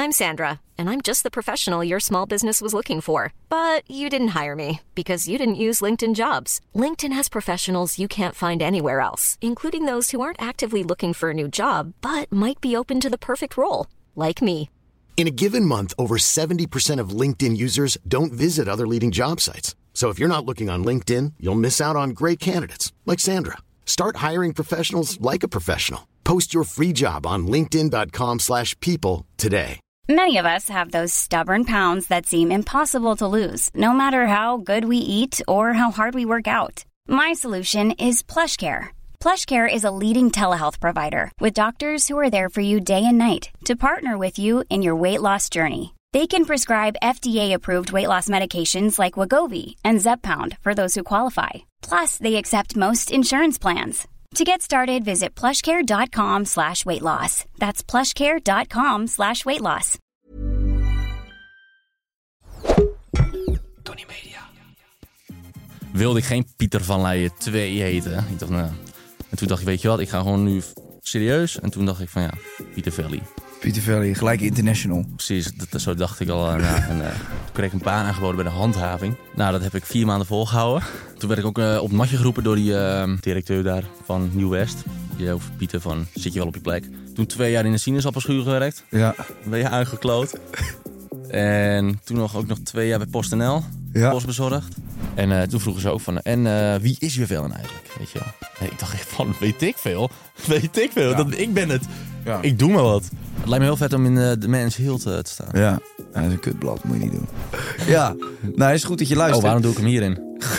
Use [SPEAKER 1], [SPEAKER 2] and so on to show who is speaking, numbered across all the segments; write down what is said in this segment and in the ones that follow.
[SPEAKER 1] I'm Sandra, and I'm just the professional your small business was looking for. But you didn't hire me because you didn't use LinkedIn Jobs. LinkedIn has professionals you can't find anywhere else, including those who aren't actively looking for a new job, but might be open to the perfect role, like me.
[SPEAKER 2] In a given month, over 70% of LinkedIn users don't visit other leading job sites. So if you're not looking on LinkedIn, you'll miss out on great candidates like Sandra. Start hiring professionals like a professional. Post your free job on linkedin.com/people today.
[SPEAKER 3] Many of us have those stubborn pounds that seem impossible to lose, no matter how good we eat or how hard we work out. My solution is PlushCare. PlushCare is a leading telehealth provider with doctors who are there for you day and night to partner with you in your weight loss journey. They can prescribe FDA-approved weight loss medications like Wegovy and Zepbound for those who qualify. Plus, they accept most insurance plans. To get started, visit plushcare.com/weightloss. That's plushcare.com/weightloss.
[SPEAKER 4] Tony Media. Wilde ik geen Pieter van Leijen 2 heten. Ik dacht, nou. En toen dacht ik, weet je wat, ik ga gewoon nu serieus. En toen dacht ik van ja, Pieter Valley.
[SPEAKER 5] Pieter Valley, gelijk international.
[SPEAKER 4] Precies, zo dacht ik al. Toen kreeg ik een baan aangeboden bij de handhaving. Nou, dat heb ik 4 maanden volgehouden. Toen werd ik ook op het matje geroepen door die directeur daar van Nieuw West. Die over Pieter van, zit je wel op je plek? Toen 2 jaar in de sinaasappelschuur gewerkt.
[SPEAKER 5] Ja.
[SPEAKER 4] Ben je aangekloot. En toen ook nog 2 jaar bij PostNL.
[SPEAKER 5] Ja.
[SPEAKER 4] Post bezorgd. En toen vroegen ze ook van, wie is je Vellen eigenlijk? Weet je wel? Nee, ik dacht echt van, weet ik veel? Ja. Ik ben het. Ja. Ik doe maar wat. Het lijkt me heel vet om in de Men's Hill te staan.
[SPEAKER 5] Ja, dat is een kutblad, moet je niet doen. Ja, nou, het is goed dat je luistert.
[SPEAKER 4] Oh, waarom doe ik hem hierin?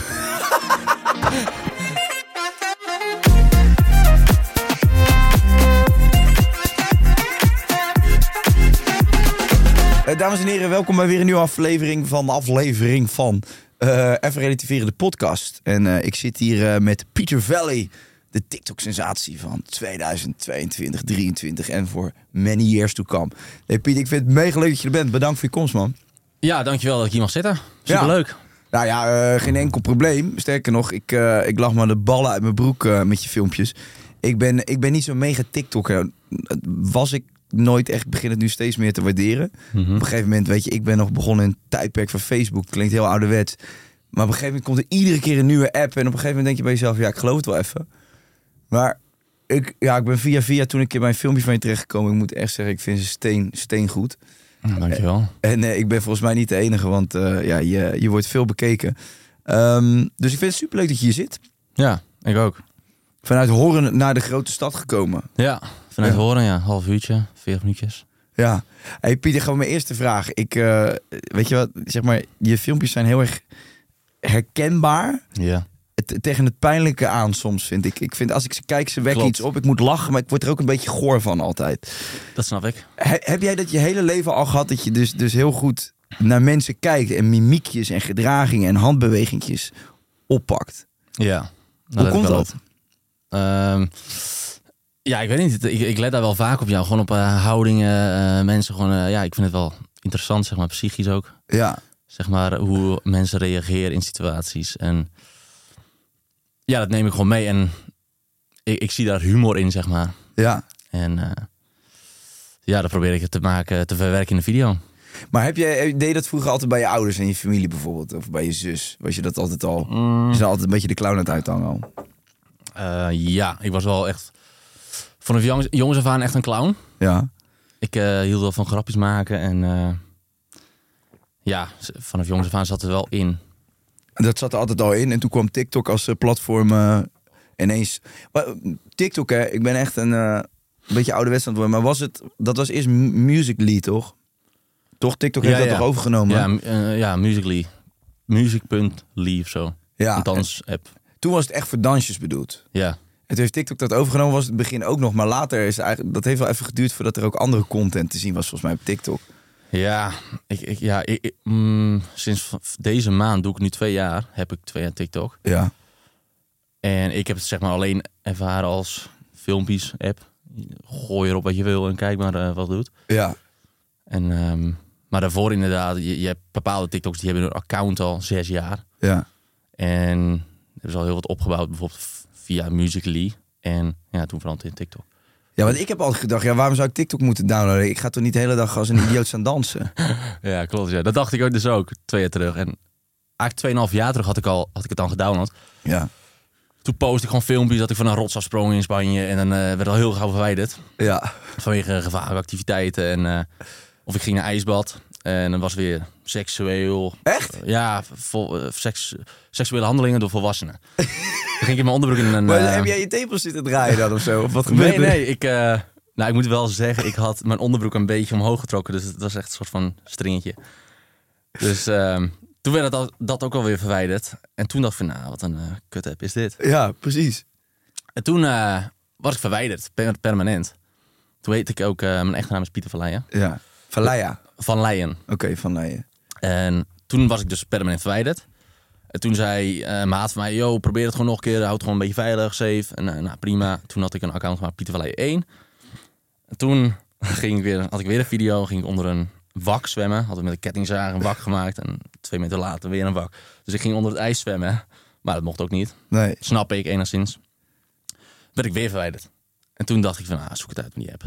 [SPEAKER 5] Dames en heren, welkom bij weer een nieuwe aflevering van Even Relativeren, de podcast. En ik zit hier met Pieter Valley, de TikTok-sensatie van 2022, 2023 en voor many years to come. Hey Piet, ik vind het mega leuk dat je er bent. Bedankt voor je komst, man.
[SPEAKER 4] Ja, dankjewel dat ik hier mag zitten. Superleuk. Ja.
[SPEAKER 5] Nou ja, geen enkel probleem. Sterker nog, ik lag maar de ballen uit mijn broek met je filmpjes. Ik ben niet zo'n mega TikToker. Was ik nooit echt, begin het nu steeds meer te waarderen.
[SPEAKER 4] Mm-hmm.
[SPEAKER 5] Op een gegeven moment, weet je, ik ben nog begonnen in het tijdperk van Facebook. Klinkt heel ouderwets. Maar op een gegeven moment komt er iedere keer een nieuwe app. En op een gegeven moment denk je bij jezelf, ja, ik geloof het wel even. Maar ik ben via toen ik in mijn filmpje van je terechtgekomen. Ik moet echt zeggen, ik vind ze steen goed.
[SPEAKER 4] Dankjewel.
[SPEAKER 5] En ik ben volgens mij niet de enige, want je wordt veel bekeken. Dus ik vind het superleuk dat je hier zit.
[SPEAKER 4] Ja, ik ook.
[SPEAKER 5] Vanuit Hoorn naar de grote stad gekomen.
[SPEAKER 4] Ja, vanuit Hoorn, ja. Half uurtje, 40 minuutjes.
[SPEAKER 5] Ja. Hey Pieter, gewoon mijn eerste vraag. Weet je wat, zeg maar, je filmpjes zijn heel erg herkenbaar.
[SPEAKER 4] Ja.
[SPEAKER 5] Tegen het pijnlijke aan soms, vind ik. Ik vind, als ik ze kijk, ze wekken iets op. Ik moet lachen, maar ik word er ook een beetje goor van altijd.
[SPEAKER 4] Dat snap ik.
[SPEAKER 5] Heb jij dat je hele leven al gehad, dat je dus heel goed naar mensen kijkt en mimiekjes en gedragingen en handbewegingjes oppakt?
[SPEAKER 4] Ja.
[SPEAKER 5] Hoe komt dat?
[SPEAKER 4] Ja, ik weet niet. Ik let daar wel vaak op jou. Gewoon op houdingen, mensen gewoon... ik vind het wel interessant, zeg maar, psychisch ook.
[SPEAKER 5] Ja.
[SPEAKER 4] Zeg maar, hoe mensen reageren in situaties. En ja, dat neem ik gewoon mee. En ik zie daar humor in, zeg maar.
[SPEAKER 5] Ja.
[SPEAKER 4] En dat probeer ik te verwerken in de video.
[SPEAKER 5] Maar deed je dat vroeger altijd bij je ouders en je familie bijvoorbeeld? Of bij je zus? Was je dat altijd al? Je zou altijd een beetje de clown aan het uithangen al?
[SPEAKER 4] Ja, ik was wel echt vanaf jongens af aan echt een clown.
[SPEAKER 5] Ja.
[SPEAKER 4] Ik hield wel van grapjes maken en vanaf jongens af aan zat er wel in.
[SPEAKER 5] Dat zat er altijd al in en toen kwam TikTok als platform ineens. Maar, TikTok, hè, ik ben echt een beetje ouderwets aan het worden, maar dat was eerst Musical.ly, toch? Toch? TikTok heeft dat toch overgenomen?
[SPEAKER 4] Ja, Musical.ly. Music.ly of zo.
[SPEAKER 5] Ja.
[SPEAKER 4] Een dansapp.
[SPEAKER 5] Toen was het echt voor dansjes bedoeld.
[SPEAKER 4] Ja.
[SPEAKER 5] En toen heeft TikTok dat overgenomen, was het begin ook nog. Maar later is eigenlijk, dat heeft wel even geduurd voordat er ook andere content te zien was, volgens mij op TikTok.
[SPEAKER 4] Ja, sinds deze maand doe ik nu 2 jaar. Heb ik 2 jaar TikTok.
[SPEAKER 5] Ja.
[SPEAKER 4] En ik heb het zeg maar alleen ervaren als filmpjes app. Gooi erop wat je wil en kijk maar wat het doet.
[SPEAKER 5] Ja.
[SPEAKER 4] En, maar daarvoor inderdaad, je hebt bepaalde TikToks die hebben een account al 6 jaar.
[SPEAKER 5] Ja.
[SPEAKER 4] En er is al heel wat opgebouwd, bijvoorbeeld via Musical.ly. En ja, toen veranderde in TikTok.
[SPEAKER 5] Ja, want ik heb altijd gedacht, waarom zou ik TikTok moeten downloaden? Ik ga toch niet de hele dag als een idioot staan dansen?
[SPEAKER 4] Ja, klopt. Ja. Dat dacht ik ook dus ook 2 jaar terug. En eigenlijk 2,5 jaar terug had ik het dan gedownload.
[SPEAKER 5] Ja.
[SPEAKER 4] Toen postte ik gewoon filmpjes dat ik van een rots afsprong in Spanje. En dan werd al heel gauw verwijderd.
[SPEAKER 5] Ja.
[SPEAKER 4] Vanwege gevaarlijke activiteiten. En, of ik ging naar ijsbad. En dan was weer seksueel...
[SPEAKER 5] Echt?
[SPEAKER 4] Ja, seksuele handelingen door volwassenen. Dan ging ik in mijn onderbroek in een...
[SPEAKER 5] Maar heb jij je tepels zitten draaien dan of zo? Of wat gebeurde er?
[SPEAKER 4] Nee. Ik moet wel zeggen, ik had mijn onderbroek een beetje omhoog getrokken. Dus het was echt een soort van stringetje. Dus toen werd dat ook alweer verwijderd. En toen dacht ik van, wat een kut-app is dit.
[SPEAKER 5] Ja, precies.
[SPEAKER 4] En toen was ik verwijderd, permanent. Toen weet ik ook, mijn echte naam is Pieter van Leijen.
[SPEAKER 5] Ja. Van Leia.
[SPEAKER 4] Van Leijen.
[SPEAKER 5] Oké, Van Leijen.
[SPEAKER 4] En toen was ik dus permanent verwijderd. En toen zei een maat van mij, probeer het gewoon nog een keer. Houd het gewoon een beetje veilig, safe. En prima. Toen had ik een account gemaakt, Pieter van Leijen 1. En toen had ik weer een video, ging ik onder een wak zwemmen. Had ik met een kettingzaag een wak gemaakt. En 2 meter later weer een wak. Dus ik ging onder het ijs zwemmen. Maar dat mocht ook niet.
[SPEAKER 5] Nee.
[SPEAKER 4] Snap ik, enigszins. Werd ik weer verwijderd. En toen dacht ik van, zoek het uit met die app.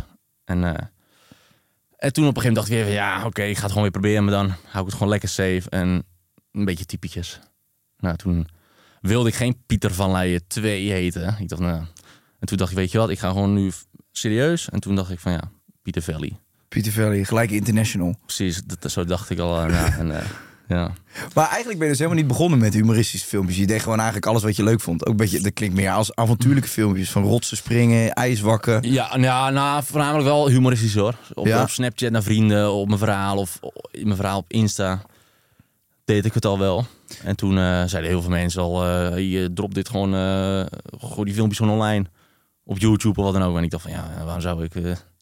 [SPEAKER 4] En toen op een gegeven moment dacht ik weer van, ik ga het gewoon weer proberen. Maar dan hou ik het gewoon lekker safe en een beetje typetjes. Nou, toen wilde ik geen Pieter van Leijen 2 heten. Ik dacht, en toen dacht ik, weet je wat, ik ga gewoon nu serieus. En toen dacht ik van, Pieter Valley.
[SPEAKER 5] Pieter Valley, gelijk international.
[SPEAKER 4] Precies, zo dacht ik al. Ja.
[SPEAKER 5] Maar eigenlijk ben je dus helemaal niet begonnen met humoristische filmpjes. Je deed gewoon eigenlijk alles wat je leuk vond. Ook een beetje, dat klinkt meer als avontuurlijke filmpjes. Van rotsen springen, ijswakken.
[SPEAKER 4] Ja, voornamelijk wel humoristisch hoor. Op Snapchat naar vrienden, op mijn verhaal of in mijn verhaal op Insta deed ik het al wel. En toen zeiden heel veel mensen al, je drop dit gewoon, gooi die filmpjes gewoon online. Op YouTube of wat dan ook. En ik dacht van, waarom zou ik...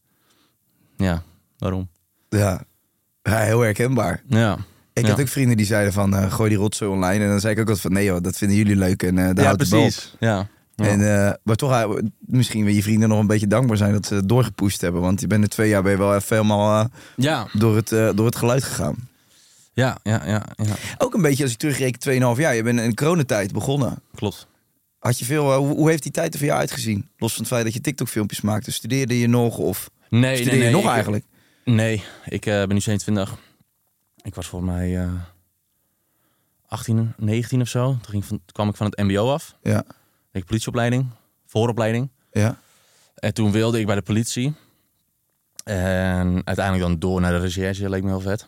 [SPEAKER 4] waarom?
[SPEAKER 5] Ja, heel herkenbaar.
[SPEAKER 4] Ja.
[SPEAKER 5] Ik had ook vrienden die zeiden van, gooi die rotzooi online. En dan zei ik ook altijd van, nee joh, dat vinden jullie leuk. En daar houdt het wel op.
[SPEAKER 4] Ja.
[SPEAKER 5] En, maar toch, misschien wil je vrienden nog een beetje dankbaar zijn dat ze het doorgepusht hebben. Want je bent er 2 jaar ben je wel even helemaal door het geluid gegaan.
[SPEAKER 4] Ja.
[SPEAKER 5] Ook een beetje als ik terugreken 2,5 jaar. Je bent in de coronatijd begonnen.
[SPEAKER 4] Klopt.
[SPEAKER 5] Had je veel, hoe heeft die tijd er voor jou uitgezien? Los van het feit dat je TikTok-filmpjes maakte. Studeerde je nog? Of studeerde je nog eigenlijk?
[SPEAKER 4] Nee, ik ben nu 27. Ik was volgens mij 18, 19 of zo. Toen kwam ik van het mbo af.
[SPEAKER 5] Ja.
[SPEAKER 4] Ik politieopleiding, vooropleiding.
[SPEAKER 5] Ja.
[SPEAKER 4] En toen wilde ik bij de politie. En uiteindelijk dan door naar de recherche, leek me heel vet.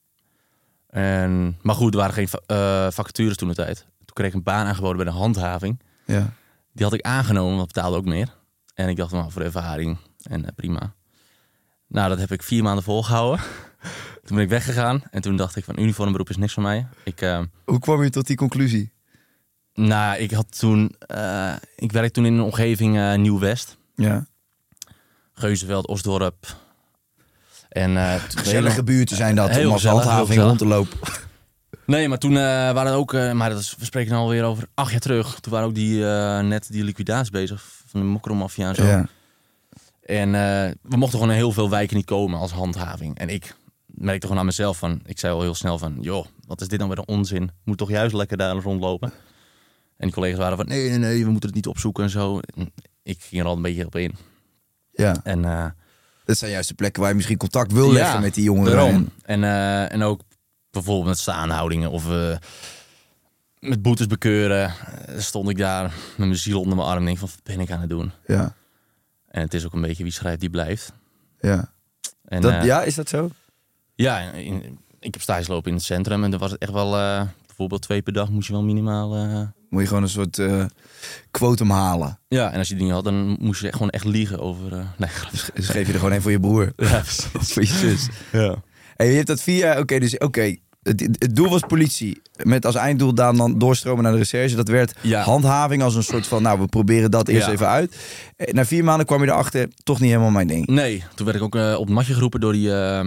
[SPEAKER 4] Maar goed, er waren geen vacatures toen de tijd. Toen kreeg ik een baan aangeboden bij de handhaving.
[SPEAKER 5] Ja.
[SPEAKER 4] Die had ik aangenomen, want betaalde ook meer. En ik dacht, voor de ervaring. En prima. Nou, dat heb ik 4 maanden volgehouden. Toen ben ik weggegaan. En toen dacht ik van, uniformberoep is niks voor mij.
[SPEAKER 5] Hoe kwam je tot die conclusie?
[SPEAKER 4] Nou, ik werkte toen in een omgeving Nieuw-West.
[SPEAKER 5] Ja.
[SPEAKER 4] Geuzenveld, Osdorp. En
[SPEAKER 5] gezellige buurten zijn dat,
[SPEAKER 4] heel
[SPEAKER 5] om als
[SPEAKER 4] gezellig,
[SPEAKER 5] handhaving rond te lopen.
[SPEAKER 4] Nee, maar toen waren er ook, we spreken alweer over 8 jaar terug. Toen waren ook net die liquidaties bezig van de mokromafia en zo.
[SPEAKER 5] Ja.
[SPEAKER 4] En we mochten gewoon in heel veel wijken niet komen als handhaving. En ik merkte gewoon aan mezelf van, ik zei al heel snel van, joh, wat is dit nou weer een onzin? Moet toch juist lekker daar rondlopen? En die collega's waren van, nee, we moeten het niet opzoeken en zo. En ik ging er al een beetje op in.
[SPEAKER 5] Ja.
[SPEAKER 4] En
[SPEAKER 5] dat zijn juist de plekken waar je misschien contact wil leggen met die jongeren.
[SPEAKER 4] En ook bijvoorbeeld met staanhoudingen of met boetes bekeuren. Stond ik daar met mijn ziel onder mijn arm en denk van, wat ben ik aan het doen?
[SPEAKER 5] Ja.
[SPEAKER 4] En het is ook een beetje wie schrijft, die blijft.
[SPEAKER 5] Ja.
[SPEAKER 4] En,
[SPEAKER 5] is dat zo?
[SPEAKER 4] Ja, ik heb stage lopen in het centrum en dan was het echt wel, bijvoorbeeld 2 per dag moest je wel minimaal...
[SPEAKER 5] Moet je gewoon een soort quotum halen.
[SPEAKER 4] Ja, en als je die niet had, dan moest je gewoon echt liegen over...
[SPEAKER 5] Dus geef je er gewoon een voor je broer.
[SPEAKER 4] Ja,
[SPEAKER 5] of voor je zus.
[SPEAKER 4] Ja.
[SPEAKER 5] En je hebt dat 4 jaar... Oké. Het doel was politie. Met als einddoel dan doorstromen naar de recherche. Dat werd handhaving als een soort van... we proberen dat eerst even uit. Na 4 maanden kwam je erachter, toch niet helemaal mijn ding.
[SPEAKER 4] Nee, toen werd ik ook op het matje geroepen door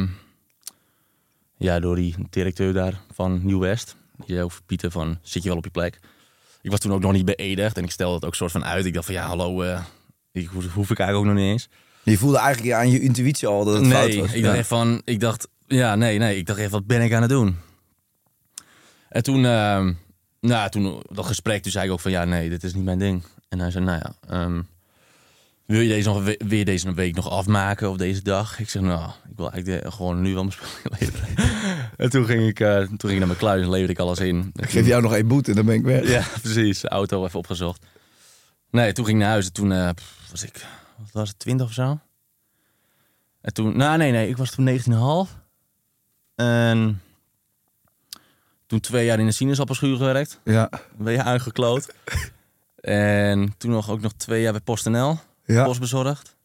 [SPEAKER 4] die directeur daar van Nieuw-West. Die zei over Pieter van, zit je wel op je plek? Ik was toen ook nog niet beëdigd en ik stelde het ook soort van uit. Ik dacht van, hallo, hoef ik eigenlijk ook nog niet eens.
[SPEAKER 5] Je voelde eigenlijk aan je intuïtie al dat het fout was.
[SPEAKER 4] Ik dacht echt, wat ben ik aan het doen? En toen, toen dat gesprek, toen zei ik ook van, nee, dit is niet mijn ding. En hij zei, wil je deze week nog afmaken of deze dag? Ik zeg, nou, ik wil eigenlijk gewoon nu wel mijn spullen leveren. En toen ging ik naar mijn kluis en leverde ik alles in.
[SPEAKER 5] Ik geef jou nog 1 boete en dan ben ik weg.
[SPEAKER 4] Ja, precies. De auto even opgezocht. Nee, toen ging ik naar huis en toen was ik, wat was het, 20 of zo? En toen, nee, ik was toen 19,5. En toen 2 jaar in de sinaasappelschuur gewerkt.
[SPEAKER 5] Ja.
[SPEAKER 4] Ben je uitgekloot. En toen ook nog 2 jaar bij PostNL.
[SPEAKER 5] Ja.
[SPEAKER 4] Post bezorgd.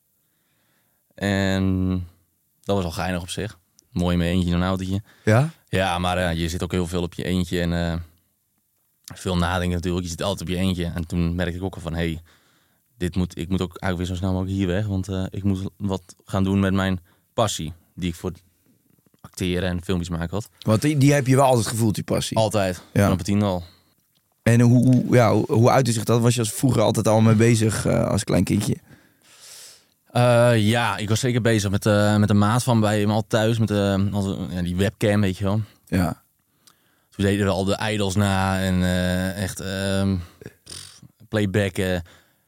[SPEAKER 4] En dat was al geinig op zich. Mooi in mijn eentje in een autootje.
[SPEAKER 5] Ja?
[SPEAKER 4] Ja, maar je zit ook heel veel op je eentje. En veel nadenken natuurlijk. Je zit altijd op je eentje. En toen merkte ik ook al van... ik moet ook eigenlijk weer zo snel mogelijk hier weg. Want ik moet wat gaan doen met mijn passie. Die ik voor acteren en filmpjes maken had.
[SPEAKER 5] Want die heb je wel altijd gevoeld, die passie.
[SPEAKER 4] Altijd.
[SPEAKER 5] Ja.
[SPEAKER 4] Vanaf het 10 al.
[SPEAKER 5] En hoe uitte zich dat? Was je als vroeger altijd al mee bezig als klein kindje?
[SPEAKER 4] Ja, ik was zeker bezig met een maat van bij me al thuis. Met die webcam, weet je wel.
[SPEAKER 5] Ja.
[SPEAKER 4] Toen deden we al de idols na. En echt playbacken,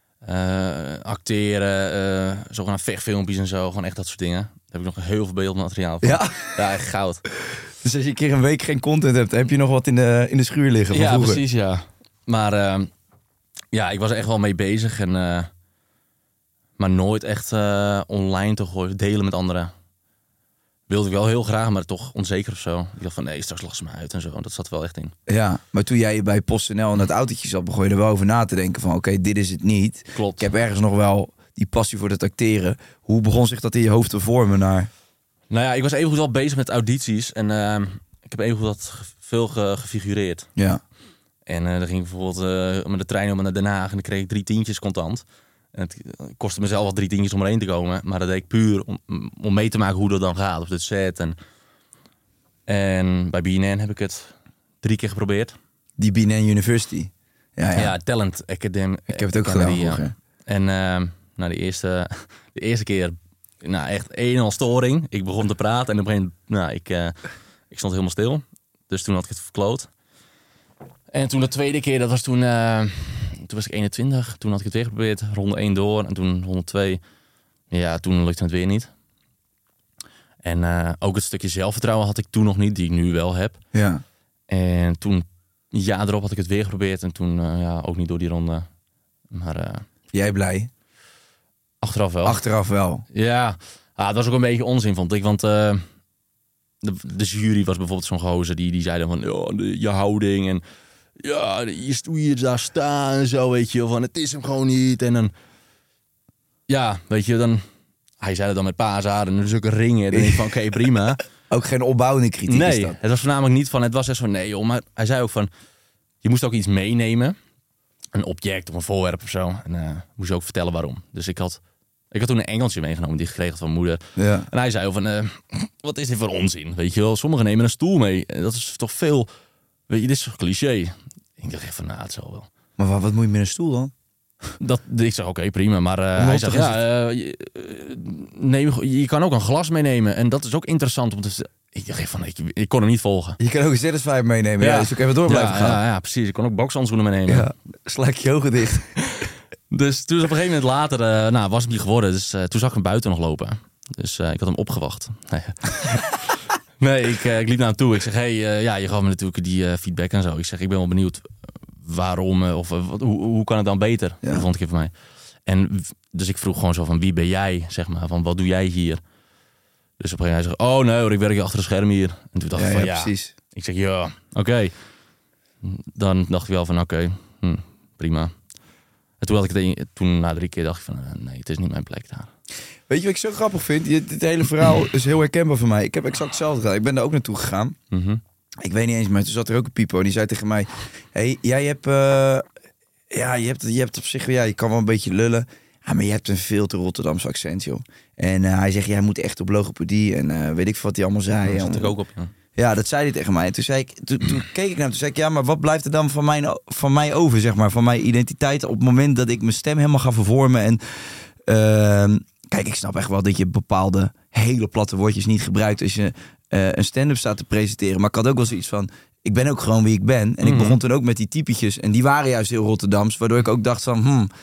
[SPEAKER 4] acteren, zogenaamd vechtfilmpjes en zo. Gewoon echt dat soort dingen. Daar heb ik nog heel veel beeldmateriaal van.
[SPEAKER 5] Ja?
[SPEAKER 4] Ja, echt goud.
[SPEAKER 5] Dus als je een keer een week geen content hebt, heb je nog wat in de schuur liggen van
[SPEAKER 4] Ja,
[SPEAKER 5] vroeger?
[SPEAKER 4] precies, ja. Maar ik was er echt wel mee bezig. En, maar nooit echt online te gooien, delen met anderen. Wilde ik wel heel graag, maar toch onzeker of zo. Ik dacht van nee, straks lachen ze me uit en zo. Dat zat er wel echt in.
[SPEAKER 5] Ja, maar toen jij bij PostNL in dat autootje zat, begon je er wel over na te denken van oké, dit is het niet.
[SPEAKER 4] Klopt.
[SPEAKER 5] Ik heb ergens nog wel die passie voor het acteren. Hoe begon zich dat in je hoofd te vormen naar...
[SPEAKER 4] Nou ja, ik was evengoed al bezig met audities. En ik heb evengoed dat veel gefigureerd.
[SPEAKER 5] Ja.
[SPEAKER 4] En dan ging ik bijvoorbeeld met de trein om naar Den Haag. En dan kreeg ik 3 tientjes contant. En het kostte mezelf al 3 tientjes om erheen te komen. Maar dat deed ik puur om mee te maken hoe dat dan gaat. Of het set. En bij BNN heb ik het 3 keer geprobeerd.
[SPEAKER 5] Die BNN University.
[SPEAKER 4] Ja, Talent Academy.
[SPEAKER 5] Ik heb het ook gedaan vroeger.
[SPEAKER 4] En de eerste keer, echt 1-0 storing. Ik begon te praten en op een gegeven moment, ik stond helemaal stil. Dus toen had ik het verkloot. En toen de tweede keer, dat was toen was ik 21. Toen had ik het weer geprobeerd, ronde 1 door. En toen ronde 2, toen lukte het weer niet. En ook het stukje zelfvertrouwen had ik toen nog niet, die ik nu wel heb.
[SPEAKER 5] Ja.
[SPEAKER 4] En toen, erop had ik het weer geprobeerd. En toen ook niet door die ronde. Maar
[SPEAKER 5] Jij blij?
[SPEAKER 4] achteraf wel.
[SPEAKER 5] Achteraf wel.
[SPEAKER 4] Ja, dat was ook een beetje onzin, vond ik. Want de jury was bijvoorbeeld zo'n gozer die zei dan van... je houding en hoe je daar staat en zo, weet je. Van, het is hem gewoon niet. En dan... Ja, weet je, dan... Hij zei dat dan met paashaar en dus ook een ringen. Dan denk ik van, oké, prima.
[SPEAKER 5] Ook geen opbouwende kritiek
[SPEAKER 4] Nee,
[SPEAKER 5] is dat?
[SPEAKER 4] het was voornamelijk niet van... Het was echt van, nee joh, maar hij zei ook van... Je moest ook iets meenemen. Een object of een voorwerp of zo. En moest je ook vertellen waarom. Dus ik had toen een engeltje meegenomen die ik gekregen had van mijn moeder. Ja. En hij zei ook van, wat is dit voor onzin? Weet je wel, sommigen nemen een stoel mee. Dat is toch veel... Weet je, dit is toch cliché? Ik dacht echt van, het zal wel.
[SPEAKER 5] Maar wat moet je met een stoel dan?
[SPEAKER 4] Ik zeg, oké, prima. Maar hij zegt, je kan ook een glas meenemen. En dat is ook interessant om te... Ik dacht echt van, ik kon hem niet volgen.
[SPEAKER 5] Je kan ook een Satisfyer meenemen. Ja, dus ook even door blijven gaan.
[SPEAKER 4] Ja, precies. Ik kon ook bokshandschoenen meenemen.
[SPEAKER 5] Ja, sla je ogen dicht.
[SPEAKER 4] Dus toen op een gegeven moment later was het niet geworden. Dus toen zag ik hem buiten nog lopen. Dus ik had hem opgewacht. Nee, ik liep naar hem toe. Ik zeg, je gaf me natuurlijk die feedback en zo. Ik zeg, ik ben wel benieuwd waarom of hoe kan het dan beter? Ja. Dat vond ik even voor mij. En dus ik vroeg gewoon zo van, wie ben jij? Zeg maar, van wat doe jij hier? Dus op een gegeven moment zei ik, ik werk hier achter een scherm hier. En toen dacht ik van,
[SPEAKER 5] precies.
[SPEAKER 4] Ik zeg, oké. Dan dacht ik wel van, prima. En toen had ik toen na 3 keer dacht ik van, nee, het is niet mijn plek daar.
[SPEAKER 5] Weet je wat ik zo grappig vind? Dit hele verhaal is heel herkenbaar voor mij. Ik heb exact hetzelfde gedaan. Ik ben daar ook naartoe gegaan.
[SPEAKER 4] Mm-hmm.
[SPEAKER 5] Ik weet niet eens, maar toen zat er ook een Pipo en die zei tegen mij... Hey, jij hebt... je hebt op zich... Ja, je kan wel een beetje lullen. Ja, maar je hebt een veel te Rotterdamse accent, joh. En hij zegt, jij moet echt op logopedie. En weet ik veel wat hij allemaal zei.
[SPEAKER 4] Daar zat ik ook op, ja.
[SPEAKER 5] Ja, dat zei hij tegen mij. En toen keek ik naar hem. Toen zei ik, ja, maar wat blijft er dan van mij over, zeg maar? Van mijn identiteit op het moment dat ik mijn stem helemaal ga vervormen. En kijk, ik snap echt wel dat je bepaalde hele platte woordjes niet gebruikt als je een stand-up staat te presenteren. Maar ik had ook wel zoiets van, ik ben ook gewoon wie ik ben. En ik begon toen ook met die typetjes. En die waren juist heel Rotterdams. Waardoor ik ook dacht van,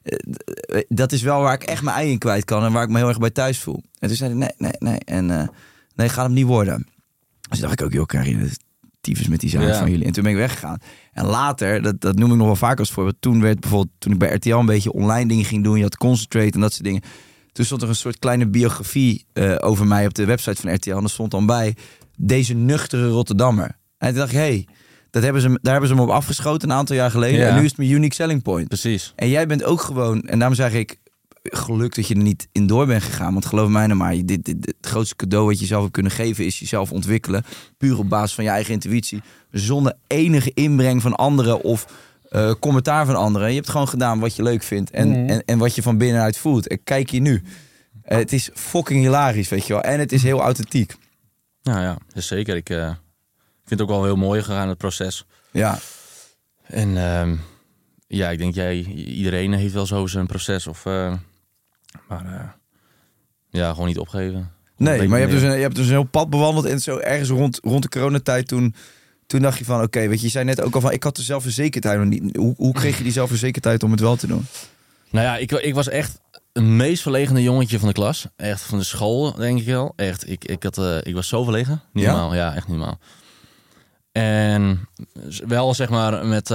[SPEAKER 5] dat is wel waar ik echt mijn ei in kwijt kan en waar ik me heel erg bij thuis voel. En toen zei hij, nee. En nee, gaat hem niet worden. Dus dacht ik ook, joh, Karin, tyfus met die zaak van jullie. En toen ben ik weggegaan. En later, dat noem ik nog wel vaak als voorbeeld. Toen ik bij RTL een beetje online dingen ging doen, je had Concentrate en dat soort dingen. Toen stond er een soort kleine biografie over mij op de website van RTL. En er stond dan bij, deze nuchtere Rotterdammer. En toen dacht ik, daar hebben ze me op afgeschoten een aantal jaar geleden. Ja. En nu is het mijn unique selling point.
[SPEAKER 4] Precies.
[SPEAKER 5] En jij bent ook gewoon, en daarom zeg ik, geluk dat je er niet in door bent gegaan. Want geloof mij nou maar, het grootste cadeau wat je zelf hebt kunnen geven is jezelf ontwikkelen. Puur op basis van je eigen intuïtie. Zonder enige inbreng van anderen of commentaar van anderen. Je hebt gewoon gedaan wat je leuk vindt en wat je van binnenuit voelt. En kijk je nu. Het is fucking hilarisch, weet je wel. En het is heel authentiek.
[SPEAKER 4] Nou ja, dus zeker. Ik vind het ook wel heel mooi gegaan, het proces.
[SPEAKER 5] Ja.
[SPEAKER 4] En ik denk iedereen heeft wel zo zijn proces. Gewoon niet opgeven.
[SPEAKER 5] Nee, maar je hebt dus een heel pad bewandeld. En zo ergens rond de coronatijd toen dacht je van, oké, weet je zei net ook al van, ik had de zelfverzekerdheid nog niet. Hoe kreeg je die zelfverzekerdheid om het wel te doen?
[SPEAKER 4] Nou ja, ik was echt het meest verlegene jongetje van de klas. Echt van de school, denk ik wel. Echt, ik was zo verlegen. Niet normaal, ja, echt niet normaal. En wel, zeg maar, met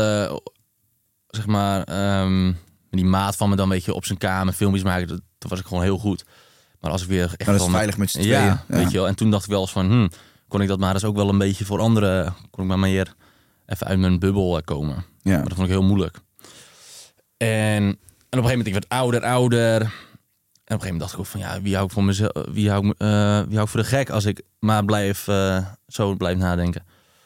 [SPEAKER 4] die maat van me dan een beetje op zijn kamer filmpjes maken. Dat was ik gewoon heel goed. Maar als ik weer echt...
[SPEAKER 5] Maar dat is veilig met z'n tweeën.
[SPEAKER 4] Ja, weet je wel. En toen dacht ik wel eens van, kon ik dat maar dus ook wel een beetje voor anderen... Kon ik maar meer even uit mijn bubbel komen. Ja. Maar dat vond ik heel moeilijk. En op een gegeven moment, ik werd ouder. En op een gegeven moment dacht ik ook van, wie hou ik voor mezelf? Wie hou ik voor de gek als ik maar zo blijf nadenken?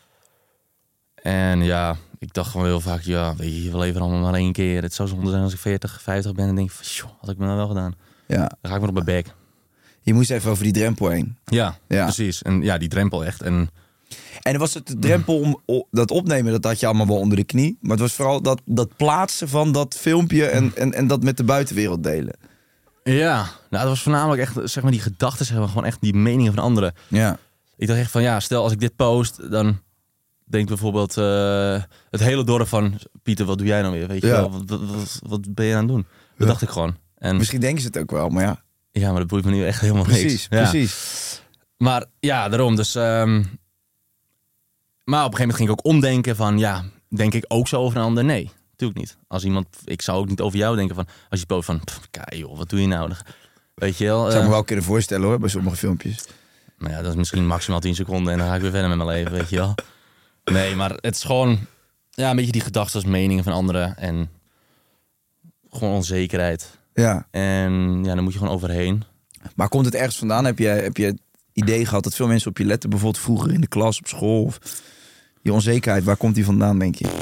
[SPEAKER 4] En ja, ik dacht gewoon heel vaak, weet je, we leven allemaal maar 1 keer. Het zou zonde zijn als ik 40, 50 ben en denk van, had ik me nou wel gedaan. Ja. Dan ga ik maar op mijn bek.
[SPEAKER 5] Je moest even over die drempel heen.
[SPEAKER 4] Ja, precies. En ja, die drempel echt. En
[SPEAKER 5] was het de drempel om dat opnemen, dat had je allemaal wel onder de knie. Maar het was vooral dat plaatsen van dat filmpje en dat met de buitenwereld delen. Ja,
[SPEAKER 4] nou, dat was voornamelijk echt, zeg maar, die gedachten, zeg maar, gewoon echt die meningen van anderen.
[SPEAKER 5] Ja.
[SPEAKER 4] Ik dacht echt van, stel als ik dit post, dan denkt bijvoorbeeld het hele dorp van, Pieter, wat doe jij nou weer? Weet je wel, wat ben je aan het doen? Dat dacht ik gewoon. En
[SPEAKER 5] misschien denken ze het ook wel, maar ja.
[SPEAKER 4] Ja, maar dat boeit me nu echt helemaal niks.
[SPEAKER 5] Precies.
[SPEAKER 4] Maar ja, daarom. Dus, maar op een gegeven moment ging ik ook omdenken van, denk ik ook zo over een ander? Nee, natuurlijk niet. Ik zou ook niet over jou denken van, als je post van, kijk joh, wat doe je nou? Weet je wel.
[SPEAKER 5] Zou me wel kunnen voorstellen hoor, bij sommige filmpjes.
[SPEAKER 4] Nou ja, dat is misschien maximaal 10 seconden en dan ga ik weer verder met mijn leven, weet je wel. Nee, maar het is gewoon, een beetje die gedachten, meningen van anderen en gewoon onzekerheid.
[SPEAKER 5] Ja.
[SPEAKER 4] En dan moet je gewoon overheen.
[SPEAKER 5] Maar komt het ergens vandaan? Heb je het idee gehad dat veel mensen op je letten, bijvoorbeeld vroeger in de klas, op school? Of je onzekerheid, waar komt die vandaan, denk je?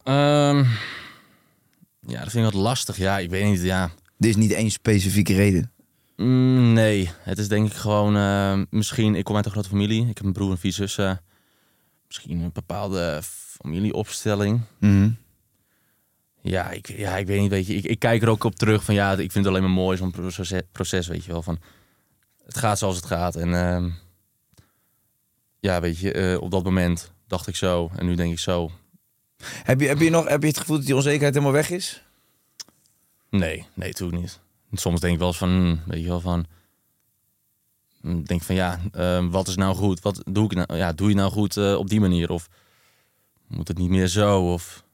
[SPEAKER 4] Dat vind ik wat lastig. Ja, ik weet niet,
[SPEAKER 5] Er is niet één specifieke reden.
[SPEAKER 4] Nee, het is denk ik gewoon, misschien, ik kom uit een grote familie. Ik heb een broer en 4 zussen. Misschien een bepaalde familieopstelling.
[SPEAKER 5] Mm-hmm.
[SPEAKER 4] Ja, ik weet niet, weet je. Ik kijk er ook op terug van, ik vind het alleen maar mooi, zo'n proces, weet je wel. Van, het gaat zoals het gaat. En weet je, op dat moment dacht ik zo en nu denk ik zo.
[SPEAKER 5] Heb je het gevoel dat die onzekerheid helemaal weg is?
[SPEAKER 4] Nee, natuurlijk niet. Soms denk ik wel eens van, weet je wel, van... Denk van, wat is nou goed? Wat doe ik nou? Ja, doe je nou goed op die manier? Of moet het niet meer zo? Of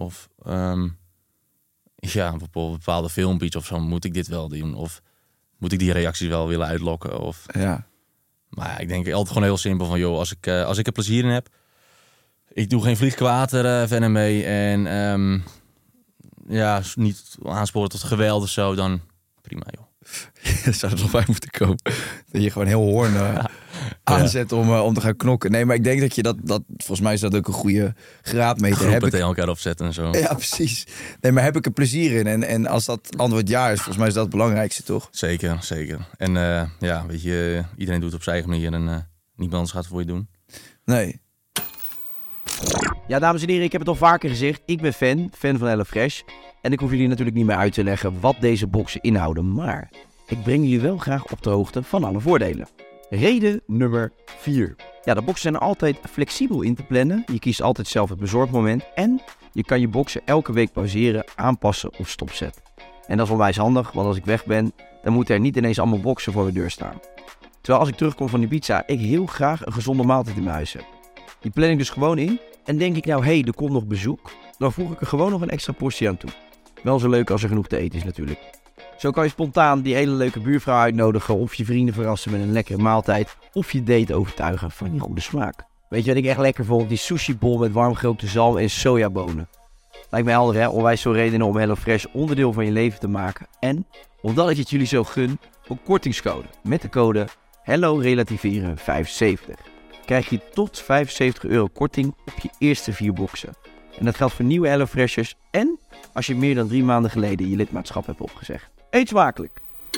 [SPEAKER 4] bijvoorbeeld bepaalde filmpjes of zo, moet ik dit wel doen? Of moet ik die reacties wel willen uitlokken? Of...
[SPEAKER 5] Ja.
[SPEAKER 4] Maar ik denk altijd gewoon heel simpel van, joh, als ik er plezier in heb, ik doe geen vliegkwater verder mee en niet aansporen tot geweld of zo, dan prima, joh.
[SPEAKER 5] Zou er nog bij moeten komen. Dat je gewoon heel hoorn aanzet om te gaan knokken. Nee, maar ik denk dat je dat volgens mij is dat ook een goede graadmeter.
[SPEAKER 4] Groepen tegen elkaar opzetten en zo.
[SPEAKER 5] Ja, precies. Nee, maar heb ik er plezier in? En als dat antwoord ja is, volgens mij is dat het belangrijkste, toch?
[SPEAKER 4] Zeker. En weet je, iedereen doet het op zijn eigen manier en niemand anders gaat het voor je doen.
[SPEAKER 5] Nee.
[SPEAKER 6] Ja, dames en heren, ik heb het al vaker gezegd. Ik ben fan van HelloFresh. En ik hoef jullie natuurlijk niet meer uit te leggen wat deze boxen inhouden. Maar ik breng jullie wel graag op de hoogte van alle voordelen. Reden nummer 4. Ja, de boxen zijn altijd flexibel in te plannen. Je kiest altijd zelf het bezorgmoment. En je kan je boxen elke week pauzeren, aanpassen of stopzetten. En dat is onwijs handig, want als ik weg ben, dan moeten er niet ineens allemaal boxen voor de deur staan. Terwijl als ik terugkom van Ibiza, ik heel graag een gezonde maaltijd in mijn huis heb. Die plan ik dus gewoon in. En denk ik nou, er komt nog bezoek. Dan voeg ik er gewoon nog een extra portie aan toe. Wel zo leuk als er genoeg te eten is natuurlijk. Zo kan je spontaan die hele leuke buurvrouw uitnodigen. Of je vrienden verrassen met een lekkere maaltijd. Of je date overtuigen van je goede smaak. Weet je wat ik echt lekker vond? Die sushi bol met warm gerookte zalm en sojabonen. Lijkt mij helder, hè? Onwijs veel redenen om HelloFresh onderdeel van je leven te maken. En, omdat ik het jullie zo gun, een kortingscode. Met de code HelloRelativeren75. Krijg je tot €75 korting op je eerste 4 boxen. En dat geldt voor nieuwe HelloFreshers en als je meer dan 3 maanden geleden je lidmaatschap hebt opgezegd. Eet smakelijk!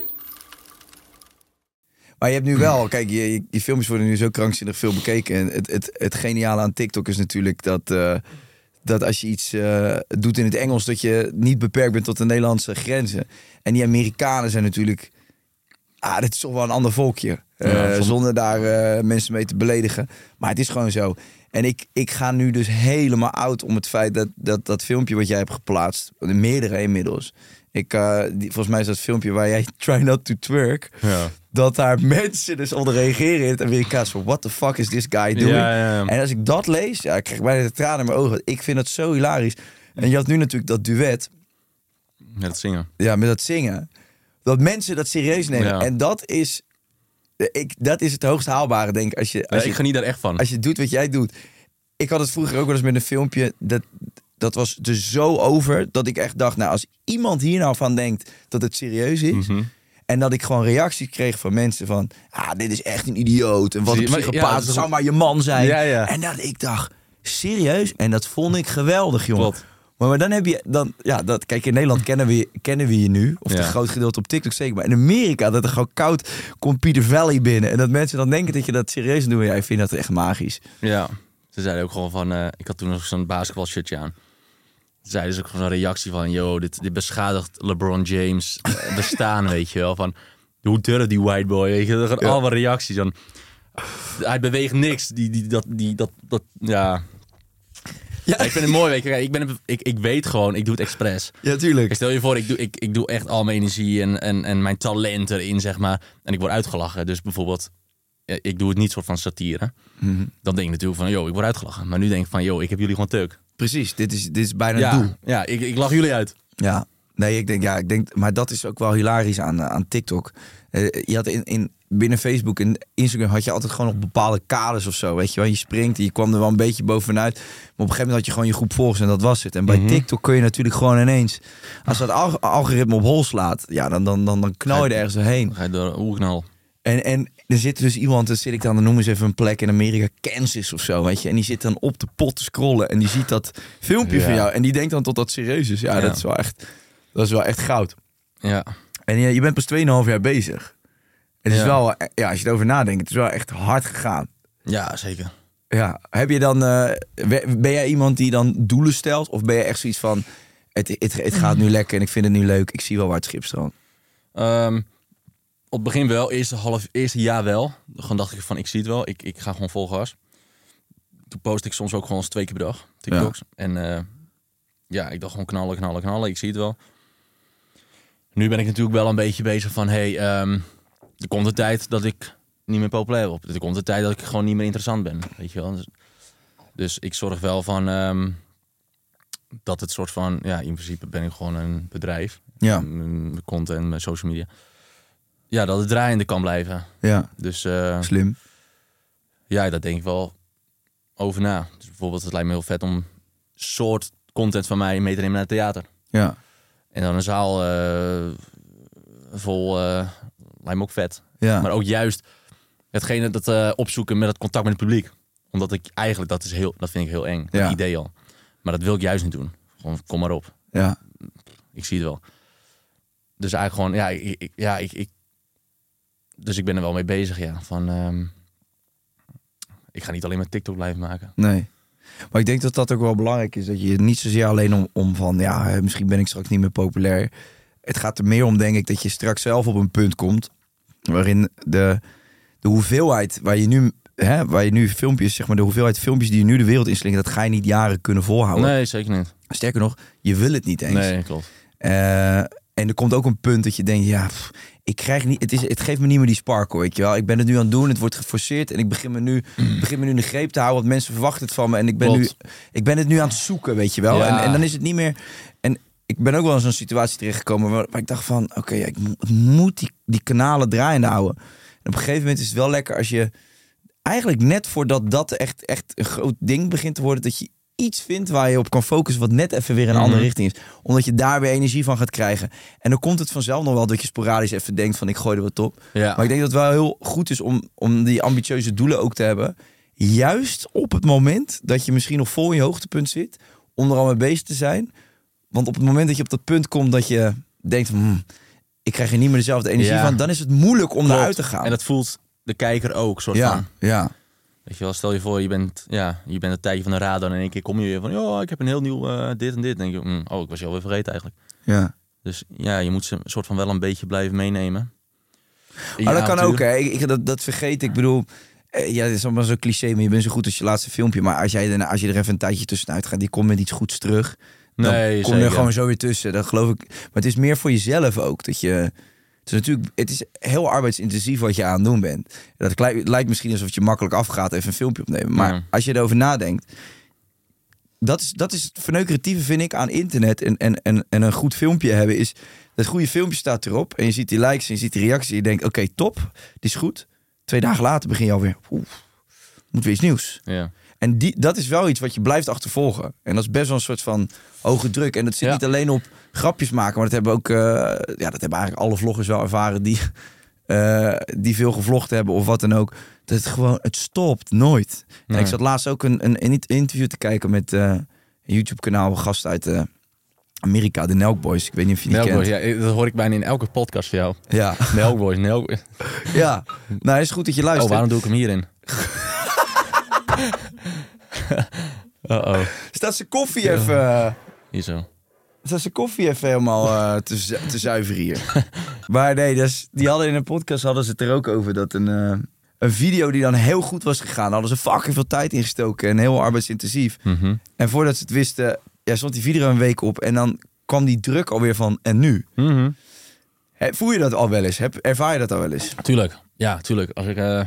[SPEAKER 5] Maar je hebt nu wel, kijk, je filmpjes worden nu zo krankzinnig veel bekeken. En het geniale aan TikTok is natuurlijk dat als je iets doet in het Engels, dat je niet beperkt bent tot de Nederlandse grenzen. En die Amerikanen zijn natuurlijk, dit is toch wel een ander volkje. Zonder daar mensen mee te beledigen. Maar het is gewoon zo. En ik ga nu dus helemaal oud om het feit dat filmpje wat jij hebt geplaatst, meerdere inmiddels. Volgens mij is dat filmpje waar jij try not to twerk. Ja. Dat daar mensen dus onder reageren in het Amerikaans van what the fuck is this guy doing? Ja. En als ik dat lees, ik krijg bijna de tranen in mijn ogen. Ik vind dat zo hilarisch. En je had nu natuurlijk dat duet.
[SPEAKER 4] Met het zingen.
[SPEAKER 5] Ja, met dat zingen. Dat mensen dat serieus nemen. Ja. En dat is het hoogst haalbare, denk ik. Ik
[SPEAKER 4] geniet daar echt van.
[SPEAKER 5] Als je doet wat jij doet. Ik had het vroeger ook wel eens met een filmpje. Dat was dus zo over dat ik echt dacht, nou, als iemand hier nou van denkt dat het serieus is. Mm-hmm. En dat ik gewoon reacties kreeg van mensen van, dit is echt een idioot. En wat een psychopaat, het zou maar je man zijn. Ja. En dat ik dacht, serieus? En dat vond ik geweldig, jongen. Klopt. Maar dan heb je, kijk, in Nederland kennen we je nu. Of een groot gedeelte op TikTok zeker. Maar in Amerika, dat er gewoon koud komt Peter Valley binnen. En dat mensen dan denken dat je dat serieus doet. Ja, ik vind dat echt magisch.
[SPEAKER 4] Ja, ze zeiden ook gewoon van, ik had toen nog zo'n basketbalshirtje aan. Zeiden ze ook gewoon een reactie van, dit beschadigt LeBron James bestaan, weet je wel. Van, hoe durft die white boy, weet je. Er gaan allemaal reacties van. Hij beweegt niks. Ja, ik vind het mooi, weet je. Ik weet gewoon, ik doe het expres.
[SPEAKER 5] Ja, tuurlijk.
[SPEAKER 4] Stel je voor, ik doe echt al mijn energie en mijn talent erin, zeg maar. En ik word uitgelachen. Dus bijvoorbeeld, ik doe het niet soort van satire. Mm-hmm. Dan denk ik natuurlijk van, ik word uitgelachen. Maar nu denk ik van, ik heb jullie gewoon tuk.
[SPEAKER 5] Precies, dit is bijna het doel.
[SPEAKER 4] Ja, ik lach jullie uit.
[SPEAKER 5] Ja, nee, ik denk, maar dat is ook wel hilarisch aan TikTok. Je had binnen Facebook en Instagram had je altijd gewoon nog bepaalde kaders of zo, weet je wel. Je springt en je kwam er wel een beetje bovenuit. Maar op een gegeven moment had je gewoon je groep volgers en dat was het. En bij TikTok kun je natuurlijk gewoon ineens, als dat algoritme op hol slaat, dan knal je er ergens doorheen.
[SPEAKER 4] Dan ga je door een oerknal.
[SPEAKER 5] En er zit dus iemand, dan zit ik dan noem eens even een plek in Amerika, Kansas of zo, weet je. En die zit dan op de pot te scrollen en die ziet dat filmpje van jou. En die denkt dan tot dat serieus is. Ja, dat is wel echt goud.
[SPEAKER 4] Ja.
[SPEAKER 5] En je bent pas 2,5 jaar bezig. Het is wel, als je erover nadenkt, het is wel echt hard gegaan.
[SPEAKER 4] Ja, zeker.
[SPEAKER 5] Ja, heb je dan, ben jij iemand die dan doelen stelt? Of ben je echt zoiets van, het gaat nu lekker en ik vind het nu leuk, ik zie wel waar het schip stroomt?
[SPEAKER 4] Op het begin wel, eerste jaar wel. Gewoon dacht ik van, ik zie het wel, ik ga gewoon vol gas. Toen post ik soms ook gewoon eens 2 keer per dag, TikToks. Ja. En ik dacht gewoon knallen, ik zie het wel. Nu ben ik natuurlijk wel een beetje bezig van, er komt een tijd dat ik niet meer populair word. Er komt een tijd dat ik gewoon niet meer interessant ben, weet je wel. Dus ik zorg wel van dat het soort van, in principe ben ik gewoon een bedrijf.
[SPEAKER 5] Ja.
[SPEAKER 4] Mijn content, mijn social media. Ja, dat het draaiende kan blijven.
[SPEAKER 5] Ja,
[SPEAKER 4] dus,
[SPEAKER 5] slim.
[SPEAKER 4] Ja, daar denk ik wel over na. Dus bijvoorbeeld, het lijkt me heel vet om soort content van mij mee te nemen naar het theater.
[SPEAKER 5] Ja.
[SPEAKER 4] En dan een zaal vol, lijkt me ook vet.
[SPEAKER 5] Ja.
[SPEAKER 4] Maar ook juist hetgene dat opzoeken met het contact met het publiek. Omdat ik eigenlijk, dat vind ik heel eng. Dat idee al. Maar dat wil ik juist niet doen. Gewoon, kom maar op.
[SPEAKER 5] Ja.
[SPEAKER 4] Ik zie het wel. Dus eigenlijk gewoon, dus ik ben er wel mee bezig, van, ik ga niet alleen maar TikTok blijven maken.
[SPEAKER 5] Nee. Maar ik denk dat dat ook wel belangrijk is. Dat je niet zozeer alleen om van, misschien ben ik straks niet meer populair. Het gaat er meer om, denk ik, dat je straks zelf op een punt komt waarin de hoeveelheid waar je nu filmpjes, zeg maar, de hoeveelheid filmpjes die je nu de wereld inslingen, dat ga je niet jaren kunnen volhouden.
[SPEAKER 4] Nee, zeker niet.
[SPEAKER 5] Sterker nog, je wil het niet eens.
[SPEAKER 4] Nee, klopt.
[SPEAKER 5] En er komt ook een punt dat je denkt, ik krijg niet, het geeft me niet meer die sparkle, weet je wel. Ik ben het nu aan het doen, het wordt geforceerd en ik begin me nu in de greep te houden, want mensen verwachten het van me en ik ben het nu aan het zoeken, weet je wel.
[SPEAKER 4] Ja.
[SPEAKER 5] En dan is het niet meer. En ik ben ook wel in zo'n situatie terechtgekomen waar ik dacht van, ik moet die kanalen draaiende houden. En op een gegeven moment is het wel lekker als je eigenlijk net voordat dat echt een groot ding begint te worden, dat je iets vindt waar je op kan focussen wat net even weer in een andere richting is. Omdat je daar weer energie van gaat krijgen. En dan komt het vanzelf nog wel dat je sporadisch even denkt van ik gooi er wat op.
[SPEAKER 4] Ja.
[SPEAKER 5] Maar ik denk dat het wel heel goed is om die ambitieuze doelen ook te hebben. Juist op het moment dat je misschien nog vol in je hoogtepunt zit. Om er al mee bezig te zijn. Want op het moment dat je op dat punt komt dat je denkt ik krijg er niet meer dezelfde energie van. Dan is het moeilijk om eruit te gaan.
[SPEAKER 4] En dat voelt de kijker ook. Soort van.
[SPEAKER 5] Ja.
[SPEAKER 4] Weet je wel, stel je voor, je bent een tijdje van de radar en in één keer kom je weer van, ik heb een heel nieuw dit en dit. Dan denk je, ik was je alweer vergeten eigenlijk.
[SPEAKER 5] Ja.
[SPEAKER 4] Dus ja, je moet ze een soort van wel een beetje blijven meenemen.
[SPEAKER 5] Maar dat kan ook, hè. Dat vergeet ik. Bedoel, dat is allemaal zo'n cliché, maar je bent zo goed als je laatste filmpje. Maar als je er even een tijdje tussenuit gaat, die komt met iets goeds terug. Dan kom je er gewoon zo weer tussen. Dat geloof ik. Maar het is meer voor jezelf ook, dat je. Het is heel arbeidsintensief wat je aan het doen bent. Dat lijkt misschien alsof het je makkelijk afgaat even een filmpje opnemen. Maar als je erover nadenkt. Dat is het verneukeratieve, vind ik, aan internet. En een goed filmpje hebben is. Dat goede filmpje staat erop. En je ziet die likes en je ziet die reacties. En je denkt, oké, top. Dit is goed. 2 dagen later begin je alweer. Moet weer iets nieuws.
[SPEAKER 4] Ja.
[SPEAKER 5] En dat is wel iets wat je blijft achtervolgen. En dat is best wel een soort van hoge druk. En dat zit niet alleen op grapjes maken. Maar dat hebben ook dat hebben eigenlijk alle vloggers wel ervaren die veel gevlogd hebben of wat dan ook. Dat het stopt nooit. Nee. Ik zat laatst ook een interview te kijken met een YouTube-kanaal, gast uit Amerika, de Nelk Boys. Ik weet niet of je die kent.
[SPEAKER 4] Ja, dat hoor ik bijna in elke podcast van jou.
[SPEAKER 5] Ja.
[SPEAKER 4] Nelk Boys.
[SPEAKER 5] Ja, nou is goed dat je luistert.
[SPEAKER 4] Waarom doe ik hem hierin?
[SPEAKER 5] Staat zijn koffie even...
[SPEAKER 4] Hier zo.
[SPEAKER 5] Staat zijn koffie even helemaal te zuiveren hier. Maar nee, die hadden in een podcast ze het er ook over dat een video die dan heel goed was gegaan. Hadden ze fucking veel tijd ingestoken en heel arbeidsintensief.
[SPEAKER 4] Mm-hmm.
[SPEAKER 5] En voordat ze het wisten, stond die video een week op en dan kwam die druk alweer van en nu?
[SPEAKER 4] Mm-hmm.
[SPEAKER 5] Voel je dat al wel eens? Ervaar je dat al wel eens?
[SPEAKER 4] Tuurlijk. Ja, tuurlijk. Als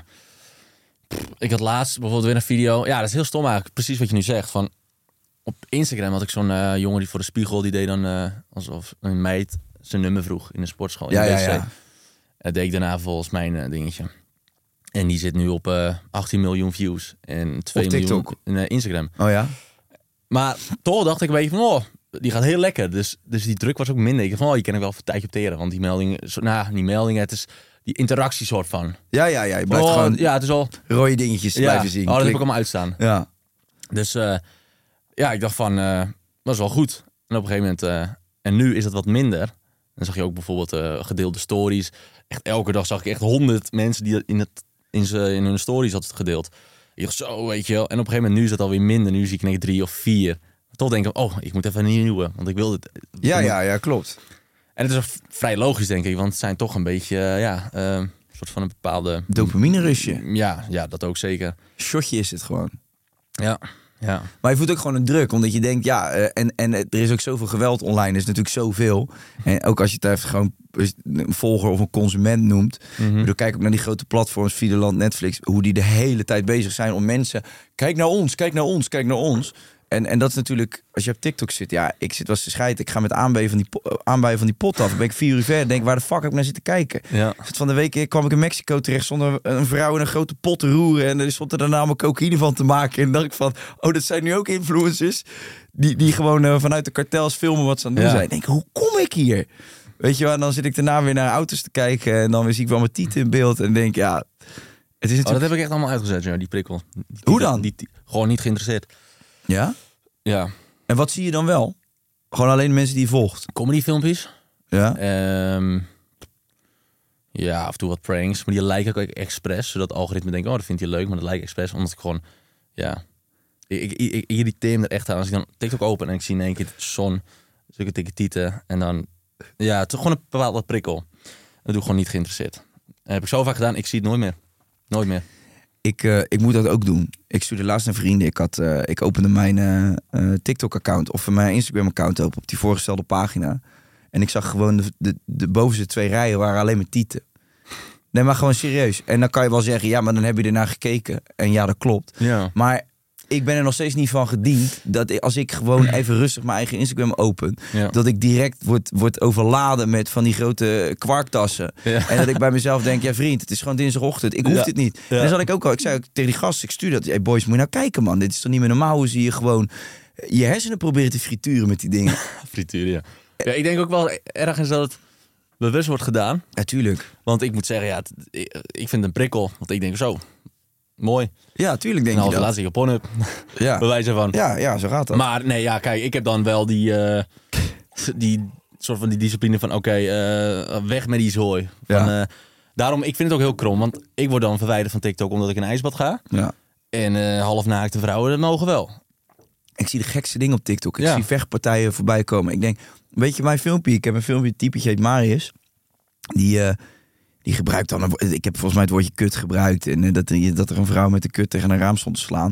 [SPEAKER 4] ik had laatst bijvoorbeeld weer een video. Ja, dat is heel stom eigenlijk. Precies wat je nu zegt. Van, op Instagram had ik zo'n jongen die voor de spiegel, die deed dan alsof een meid zijn nummer vroeg in de sportschool.
[SPEAKER 5] Ja.
[SPEAKER 4] Dat deed ik daarna volgens mijn dingetje. En die zit nu op 18 miljoen views en 2 miljoen in Instagram.
[SPEAKER 5] Oh ja?
[SPEAKER 4] Maar toch dacht ik een beetje van, die gaat heel lekker. Dus die druk was ook minder. Ik dacht van, je kan er wel een tijdje op teren. Want die meldingen, het is die interactie soort van.
[SPEAKER 5] Ja, je blijft gewoon
[SPEAKER 4] het is al
[SPEAKER 5] rode dingetjes blijven zien.
[SPEAKER 4] Dat heb ik allemaal uitstaan.
[SPEAKER 5] Ja.
[SPEAKER 4] Dus ik dacht van, dat is wel goed. En op een gegeven moment, en nu is het wat minder. Dan zag je ook bijvoorbeeld gedeelde stories. Echt elke dag zag ik echt 100 mensen die in hun stories had het gedeeld. Ik dacht zo, weet je wel. En op een gegeven moment nu is het alweer minder. Nu zie ik 3 of 4. toch denk ik, ik moet even een nieuwe. Want ik wil het.
[SPEAKER 5] Ja, klopt.
[SPEAKER 4] En het is vrij logisch, denk ik. Want het zijn toch een beetje, een soort van een bepaalde...
[SPEAKER 5] Dopamine-rusje.
[SPEAKER 4] Ja, dat ook zeker.
[SPEAKER 5] Shotje is het gewoon.
[SPEAKER 4] Ja.
[SPEAKER 5] Maar je voelt ook gewoon een druk, omdat je denkt, en er is ook zoveel geweld online, er is natuurlijk zoveel. En ook als je het even gewoon een volger of een consument noemt. Mm-hmm. Kijk ook naar die grote platforms, Videoland, Netflix, hoe die de hele tijd bezig zijn om mensen, kijk naar ons. En dat is natuurlijk, als je op TikTok zit, ik zit wel eens te scheiden. Ik ga met aanbijen van die pot af. Dan ben ik 4 uur ver. Denk, waar de fuck heb ik naar zitten kijken?
[SPEAKER 4] Ja.
[SPEAKER 5] Van de week kwam ik in Mexico terecht zonder een vrouw in een grote pot te roeren. En er stond er daarna allemaal cocaïne van te maken. En dacht ik van, dat zijn nu ook influencers. Die gewoon vanuit de kartels filmen wat ze aan het doen zijn. Ik denk, hoe kom ik hier? Weet je wel, en dan zit ik daarna weer naar auto's te kijken. En dan zie ik wel mijn tieten in beeld. En denk, het is natuurlijk...
[SPEAKER 4] dat heb ik echt allemaal uitgezet, die prikkel.
[SPEAKER 5] Hoe dan?
[SPEAKER 4] Gewoon niet geïnteresseerd.
[SPEAKER 5] Ja?
[SPEAKER 4] Ja.
[SPEAKER 5] En wat zie je dan wel? Gewoon alleen de mensen die je volgt?
[SPEAKER 4] Comedyfilmpjes.
[SPEAKER 5] Ja.
[SPEAKER 4] Af en toe wat pranks. Maar die lijken ook expres. Zodat het algoritme denkt, dat vindt hij leuk. Maar dat lijkt expres. Omdat ik gewoon, Ik irriteer me er echt aan. Als ik dan TikTok open en ik zie in één keer zon. Zulke dikke tieten. En dan, het is gewoon een bepaalde prikkel. Dat doe ik gewoon niet geïnteresseerd. Dat heb ik zo vaak gedaan. Ik zie het nooit meer. Nooit meer.
[SPEAKER 5] Ik moet dat ook doen. Ik stuurde laatst naar vrienden. Ik opende mijn TikTok-account of mijn Instagram-account op die voorgestelde pagina. En ik zag gewoon de bovenste 2 rijen waren alleen maar tieten. Nee, maar gewoon serieus. En dan kan je wel zeggen, ja, maar dan heb je ernaar gekeken. En ja, dat klopt.
[SPEAKER 4] Ja.
[SPEAKER 5] Maar ik ben er nog steeds niet van gediend dat als ik gewoon even rustig mijn eigen Instagram open, dat ik direct word overladen met van die grote kwarktassen. Ja. En dat ik bij mezelf denk, ja vriend, het is gewoon dinsdagochtend. Ik hoef dit niet. Ja. En dan zat ik ook al, ik zei ook tegen die gasten, ik stuur dat. Hey boys, moet je nou kijken man, dit is toch niet meer normaal hoe zie je gewoon je hersenen proberen te frituren met die dingen.
[SPEAKER 4] Frituren, ja. Ja, ik denk ook wel ergens dat het bewust wordt gedaan.
[SPEAKER 5] Natuurlijk.
[SPEAKER 4] Want ik moet zeggen, ik vind het een prikkel. Want ik denk zo, mooi.
[SPEAKER 5] Ja, tuurlijk denk ik dat.
[SPEAKER 4] Laatst in Japon heb. Ja. Bewijzen van.
[SPEAKER 5] Ja, zo gaat dat.
[SPEAKER 4] Maar nee, ja, kijk, ik heb dan wel die soort van die discipline van weg met die zooi. Van, daarom, ik vind het ook heel krom. Want ik word dan verwijderd van TikTok omdat ik in een ijsbad ga. Ja. En halfnaakte vrouwen, dat mogen wel.
[SPEAKER 5] Ik zie de gekste dingen op TikTok. Ik zie vechtpartijen voorbij komen. Ik denk, weet je mijn filmpje? Ik heb een filmpje, een typetje heet Marius. Die gebruikt dan, ik heb volgens mij het woordje kut gebruikt. En dat er een vrouw met een kut tegen een raam stond te slaan.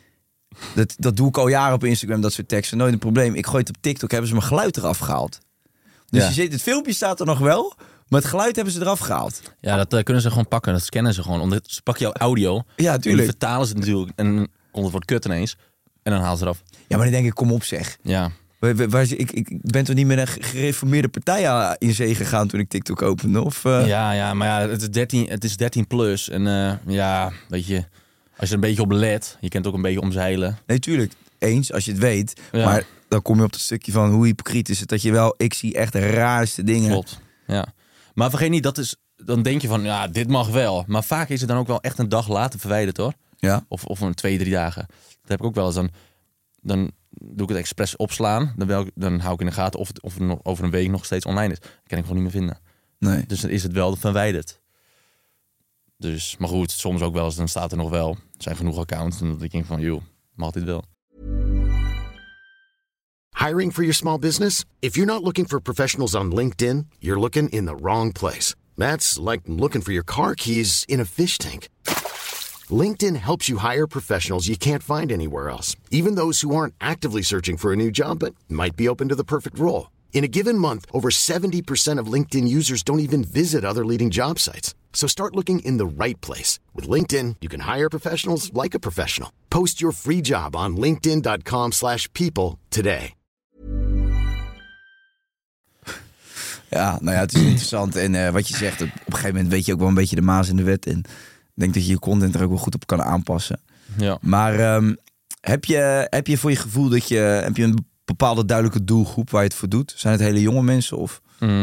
[SPEAKER 5] Dat doe ik al jaren op Instagram, dat soort teksten. Nooit een probleem. Ik gooi het op TikTok, hebben ze mijn geluid eraf gehaald. Dus je ziet, het filmpje staat er nog wel, maar het geluid hebben ze eraf gehaald.
[SPEAKER 4] Ja, dat kunnen ze gewoon pakken. Dat scannen ze gewoon. Ze pakken jouw audio.
[SPEAKER 5] Ja, tuurlijk.
[SPEAKER 4] En vertalen ze het natuurlijk. En dan komt het woord kut ineens. En dan halen ze eraf.
[SPEAKER 5] Ja, maar dan denk ik, kom op zeg.
[SPEAKER 4] Ja.
[SPEAKER 5] Ik ben toch niet met een gereformeerde partij in zee gegaan toen ik TikTok opende? Of,
[SPEAKER 4] Ja, maar ja, het is 13 plus. En weet je, als je er een beetje op let, je kent ook een beetje omzeilen.
[SPEAKER 5] Nee, tuurlijk. Eens, als je het weet. Ja. Maar dan kom je op het stukje van hoe hypocriet is het dat je wel, ik zie echt de raarste dingen.
[SPEAKER 4] Klopt, ja. Maar vergeet niet, dan denk je van, ja, dit mag wel. Maar vaak is het dan ook wel echt een dag later verwijderd, hoor. Ja. Of 2-3 dagen. Dat heb ik ook wel eens dan doe ik het expres opslaan. Dan hou ik in de gaten of het over een week nog steeds online is. Dat kan ik gewoon niet meer vinden.
[SPEAKER 5] Nee.
[SPEAKER 4] Dus dan is het wel verwijderd. Dus, maar goed, soms ook wel eens, dan staat er nog wel. Er zijn genoeg accounts en dat ik denk van, joh, mag dit wel.
[SPEAKER 7] Hiring for your small business? If you're not looking for professionals on LinkedIn, you're looking in the wrong place. That's like looking for your car keys in a fish tank. LinkedIn helps you hire professionals you can't find anywhere else, even those who aren't actively searching for a new job but might be open to the perfect role. In a given month, over 70% of LinkedIn users don't even visit other leading job sites. So start looking in the right place. With LinkedIn, you can hire professionals like a professional. Post your free job on linkedin.com/people today.
[SPEAKER 5] Ja, nou ja, het is interessant. En wat je zegt, op een gegeven moment weet je ook wel een beetje de maas in de wet. En ik denk dat je je content er ook wel goed op kan aanpassen. Ja. Maar heb je voor je gevoel heb je een bepaalde duidelijke doelgroep waar je het voor doet? Zijn het hele jonge mensen? Of?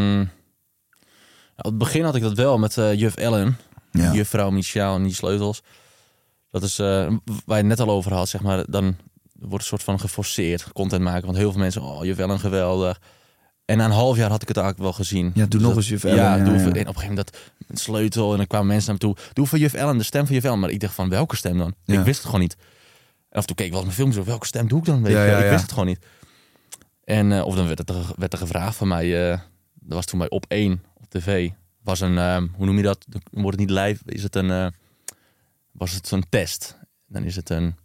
[SPEAKER 4] Op het begin had ik dat wel met juf Ellen. Ja. Juffrouw Michel en die sleutels. Dat is waar je het net al over had, zeg maar. Dan wordt een soort van geforceerd content maken. Want heel veel mensen, juf Ellen geweldig. En na een half jaar had ik het eigenlijk wel gezien.
[SPEAKER 5] Ja, doe nog eens juf Ellen.
[SPEAKER 4] Ja, en op een gegeven moment dat sleutel. En dan kwamen mensen naar me toe. Doe voor juf Ellen, de stem van juf Ellen. Maar ik dacht van, welke stem dan? Ja. Ik wist het gewoon niet. En af en toe keek ik wel eens mijn films. Welke stem doe ik dan? Weet je? Ik wist het gewoon niet. En of dan werd er gevraagd van mij. Dat was toen bij Op 1 op tv. Was een, hoe noem je dat? Wordt het niet live? Is het was het zo'n test? Dan is het een...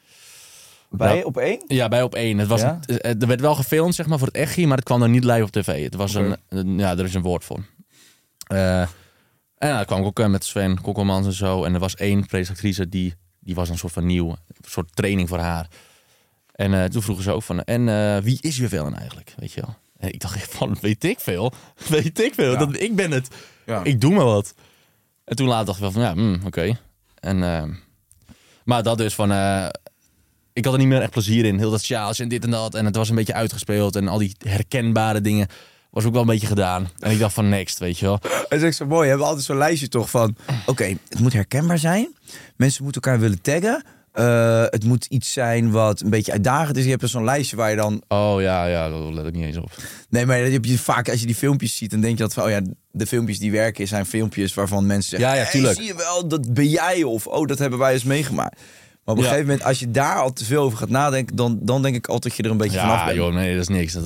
[SPEAKER 5] Bij Op 1?
[SPEAKER 4] Ja, bij Op 1. Het was er werd wel gefilmd, zeg maar, voor het echi, maar het kwam dan niet live op tv. Het was er is een woord voor. En dan kwam ik ook met Sven Kokkelmans en zo. En er was 1 presentatrice die was een soort van nieuw, een soort training voor haar. En toen vroegen ze ook van, wie is juf Ellen eigenlijk? Weet je wel? En ik dacht echt van, weet ik veel. Ja. Dat, ik ben het. Ja. Ik doe maar wat. En toen later dacht ik wel van, oké. En maar dat dus van... ik had er niet meer echt plezier in. Heel dat sjaaltje en dit en dat. En het was een beetje uitgespeeld. En al die herkenbare dingen was ook wel een beetje gedaan. En ik dacht van next, weet je wel.
[SPEAKER 5] Het is echt zo mooi. We hebben altijd zo'n lijstje toch van... Oké, het moet herkenbaar zijn. Mensen moeten elkaar willen taggen. Het moet iets zijn wat een beetje uitdagend is. Je hebt er zo'n lijstje waar je dan...
[SPEAKER 4] Oh ja, daar let ik niet eens op.
[SPEAKER 5] Nee, maar heb je vaak als je die filmpjes ziet... dan denk je dat van, de filmpjes die werken zijn filmpjes waarvan mensen zeggen...
[SPEAKER 4] Ja, tuurlijk.
[SPEAKER 5] Zie je wel, dat ben jij. Of, dat hebben wij eens meegemaakt. Maar op een gegeven moment, als je daar al te veel over gaat nadenken... dan denk ik altijd dat je er een beetje vanaf bent.
[SPEAKER 4] Ja, joh, nee, dat is niks.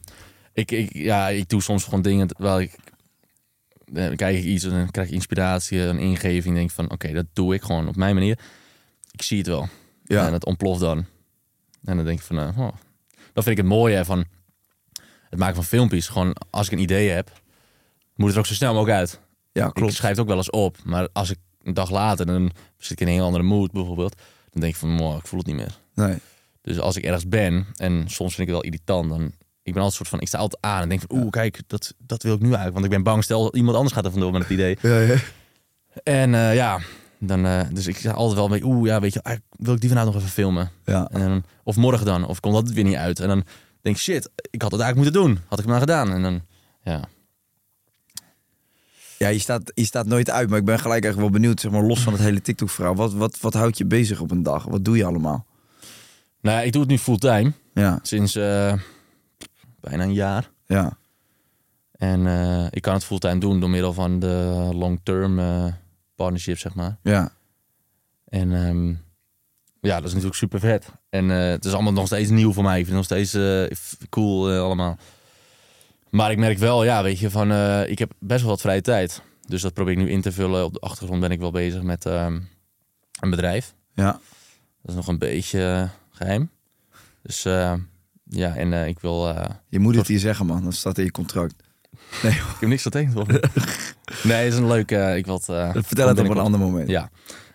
[SPEAKER 4] Ik doe soms gewoon dingen... Dan kijk ik iets en dan krijg ik inspiratie, een ingeving. Denk van, oké, dat doe ik gewoon op mijn manier. Ik zie het wel. Ja. En het ontploft dan. En dan denk ik van, dat vind ik het mooie van... het maken van filmpjes. Gewoon als ik een idee heb, moet het er ook zo snel mogelijk uit.
[SPEAKER 5] Ja, klopt.
[SPEAKER 4] Ik schrijf het ook wel eens op. Maar als ik een dag later, dan zit ik in een heel andere mood bijvoorbeeld. Dan denk ik van, ik voel het niet meer.
[SPEAKER 5] Nee.
[SPEAKER 4] Dus als ik ergens ben, en soms vind ik het wel irritant, dan... Ik ben altijd soort van, ik sta altijd aan en denk van, kijk, dat wil ik nu eigenlijk. Want ik ben bang, stel iemand anders gaat er vandoor met het idee.
[SPEAKER 5] Ja.
[SPEAKER 4] En dan, dus ik sta altijd wel een beetje, weet je, wil ik die vanavond nog even filmen?
[SPEAKER 5] Ja.
[SPEAKER 4] En dan, of morgen dan, of komt dat weer niet uit? En dan denk ik, shit, ik had het eigenlijk moeten doen. Had ik het maar gedaan. En dan,
[SPEAKER 5] Ja, je staat nooit uit, maar ik ben gelijk echt wel benieuwd, zeg maar, los van het hele TikTok-verhaal. Wat houdt je bezig op een dag? Wat doe je allemaal?
[SPEAKER 4] Nou, ik doe het nu fulltime.
[SPEAKER 5] Ja.
[SPEAKER 4] Sinds bijna een jaar.
[SPEAKER 5] Ja.
[SPEAKER 4] En ik kan het fulltime doen door middel van de long-term partnership, zeg maar.
[SPEAKER 5] Ja.
[SPEAKER 4] En dat is natuurlijk super vet. En het is allemaal nog steeds nieuw voor mij. Ik vind het nog steeds cool allemaal. Maar ik merk wel, weet je, van ik heb best wel wat vrije tijd. Dus dat probeer ik nu in te vullen. Op de achtergrond ben ik wel bezig met een bedrijf.
[SPEAKER 5] Ja.
[SPEAKER 4] Dat is nog een beetje geheim. Dus en ik wil...
[SPEAKER 5] Je moet het hier zeggen, man. Dat staat in je contract. Nee,
[SPEAKER 4] ik heb niks tegen het worden. Nee, het is een leuk... ik wil
[SPEAKER 5] vertel het op een ander moment.
[SPEAKER 4] Ja.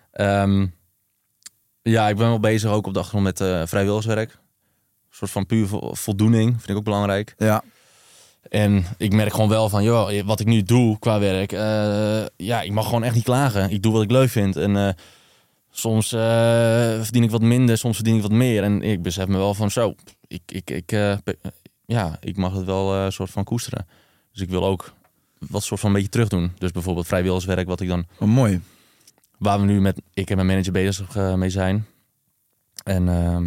[SPEAKER 4] Ik ben wel bezig ook op de achtergrond met vrijwilligerswerk. Een soort van puur voldoening. Vind ik ook belangrijk.
[SPEAKER 5] Ja.
[SPEAKER 4] En ik merk gewoon wel van, wat ik nu doe qua werk... ik mag gewoon echt niet klagen. Ik doe wat ik leuk vind. En soms verdien ik wat minder, soms verdien ik wat meer. En ik besef me wel van, ik mag het wel soort van koesteren. Dus ik wil ook wat soort van een beetje terug doen. Dus bijvoorbeeld vrijwilligerswerk, wat ik dan...
[SPEAKER 5] Oh, mooi.
[SPEAKER 4] Waar we nu ik en mijn manager bezig mee zijn. En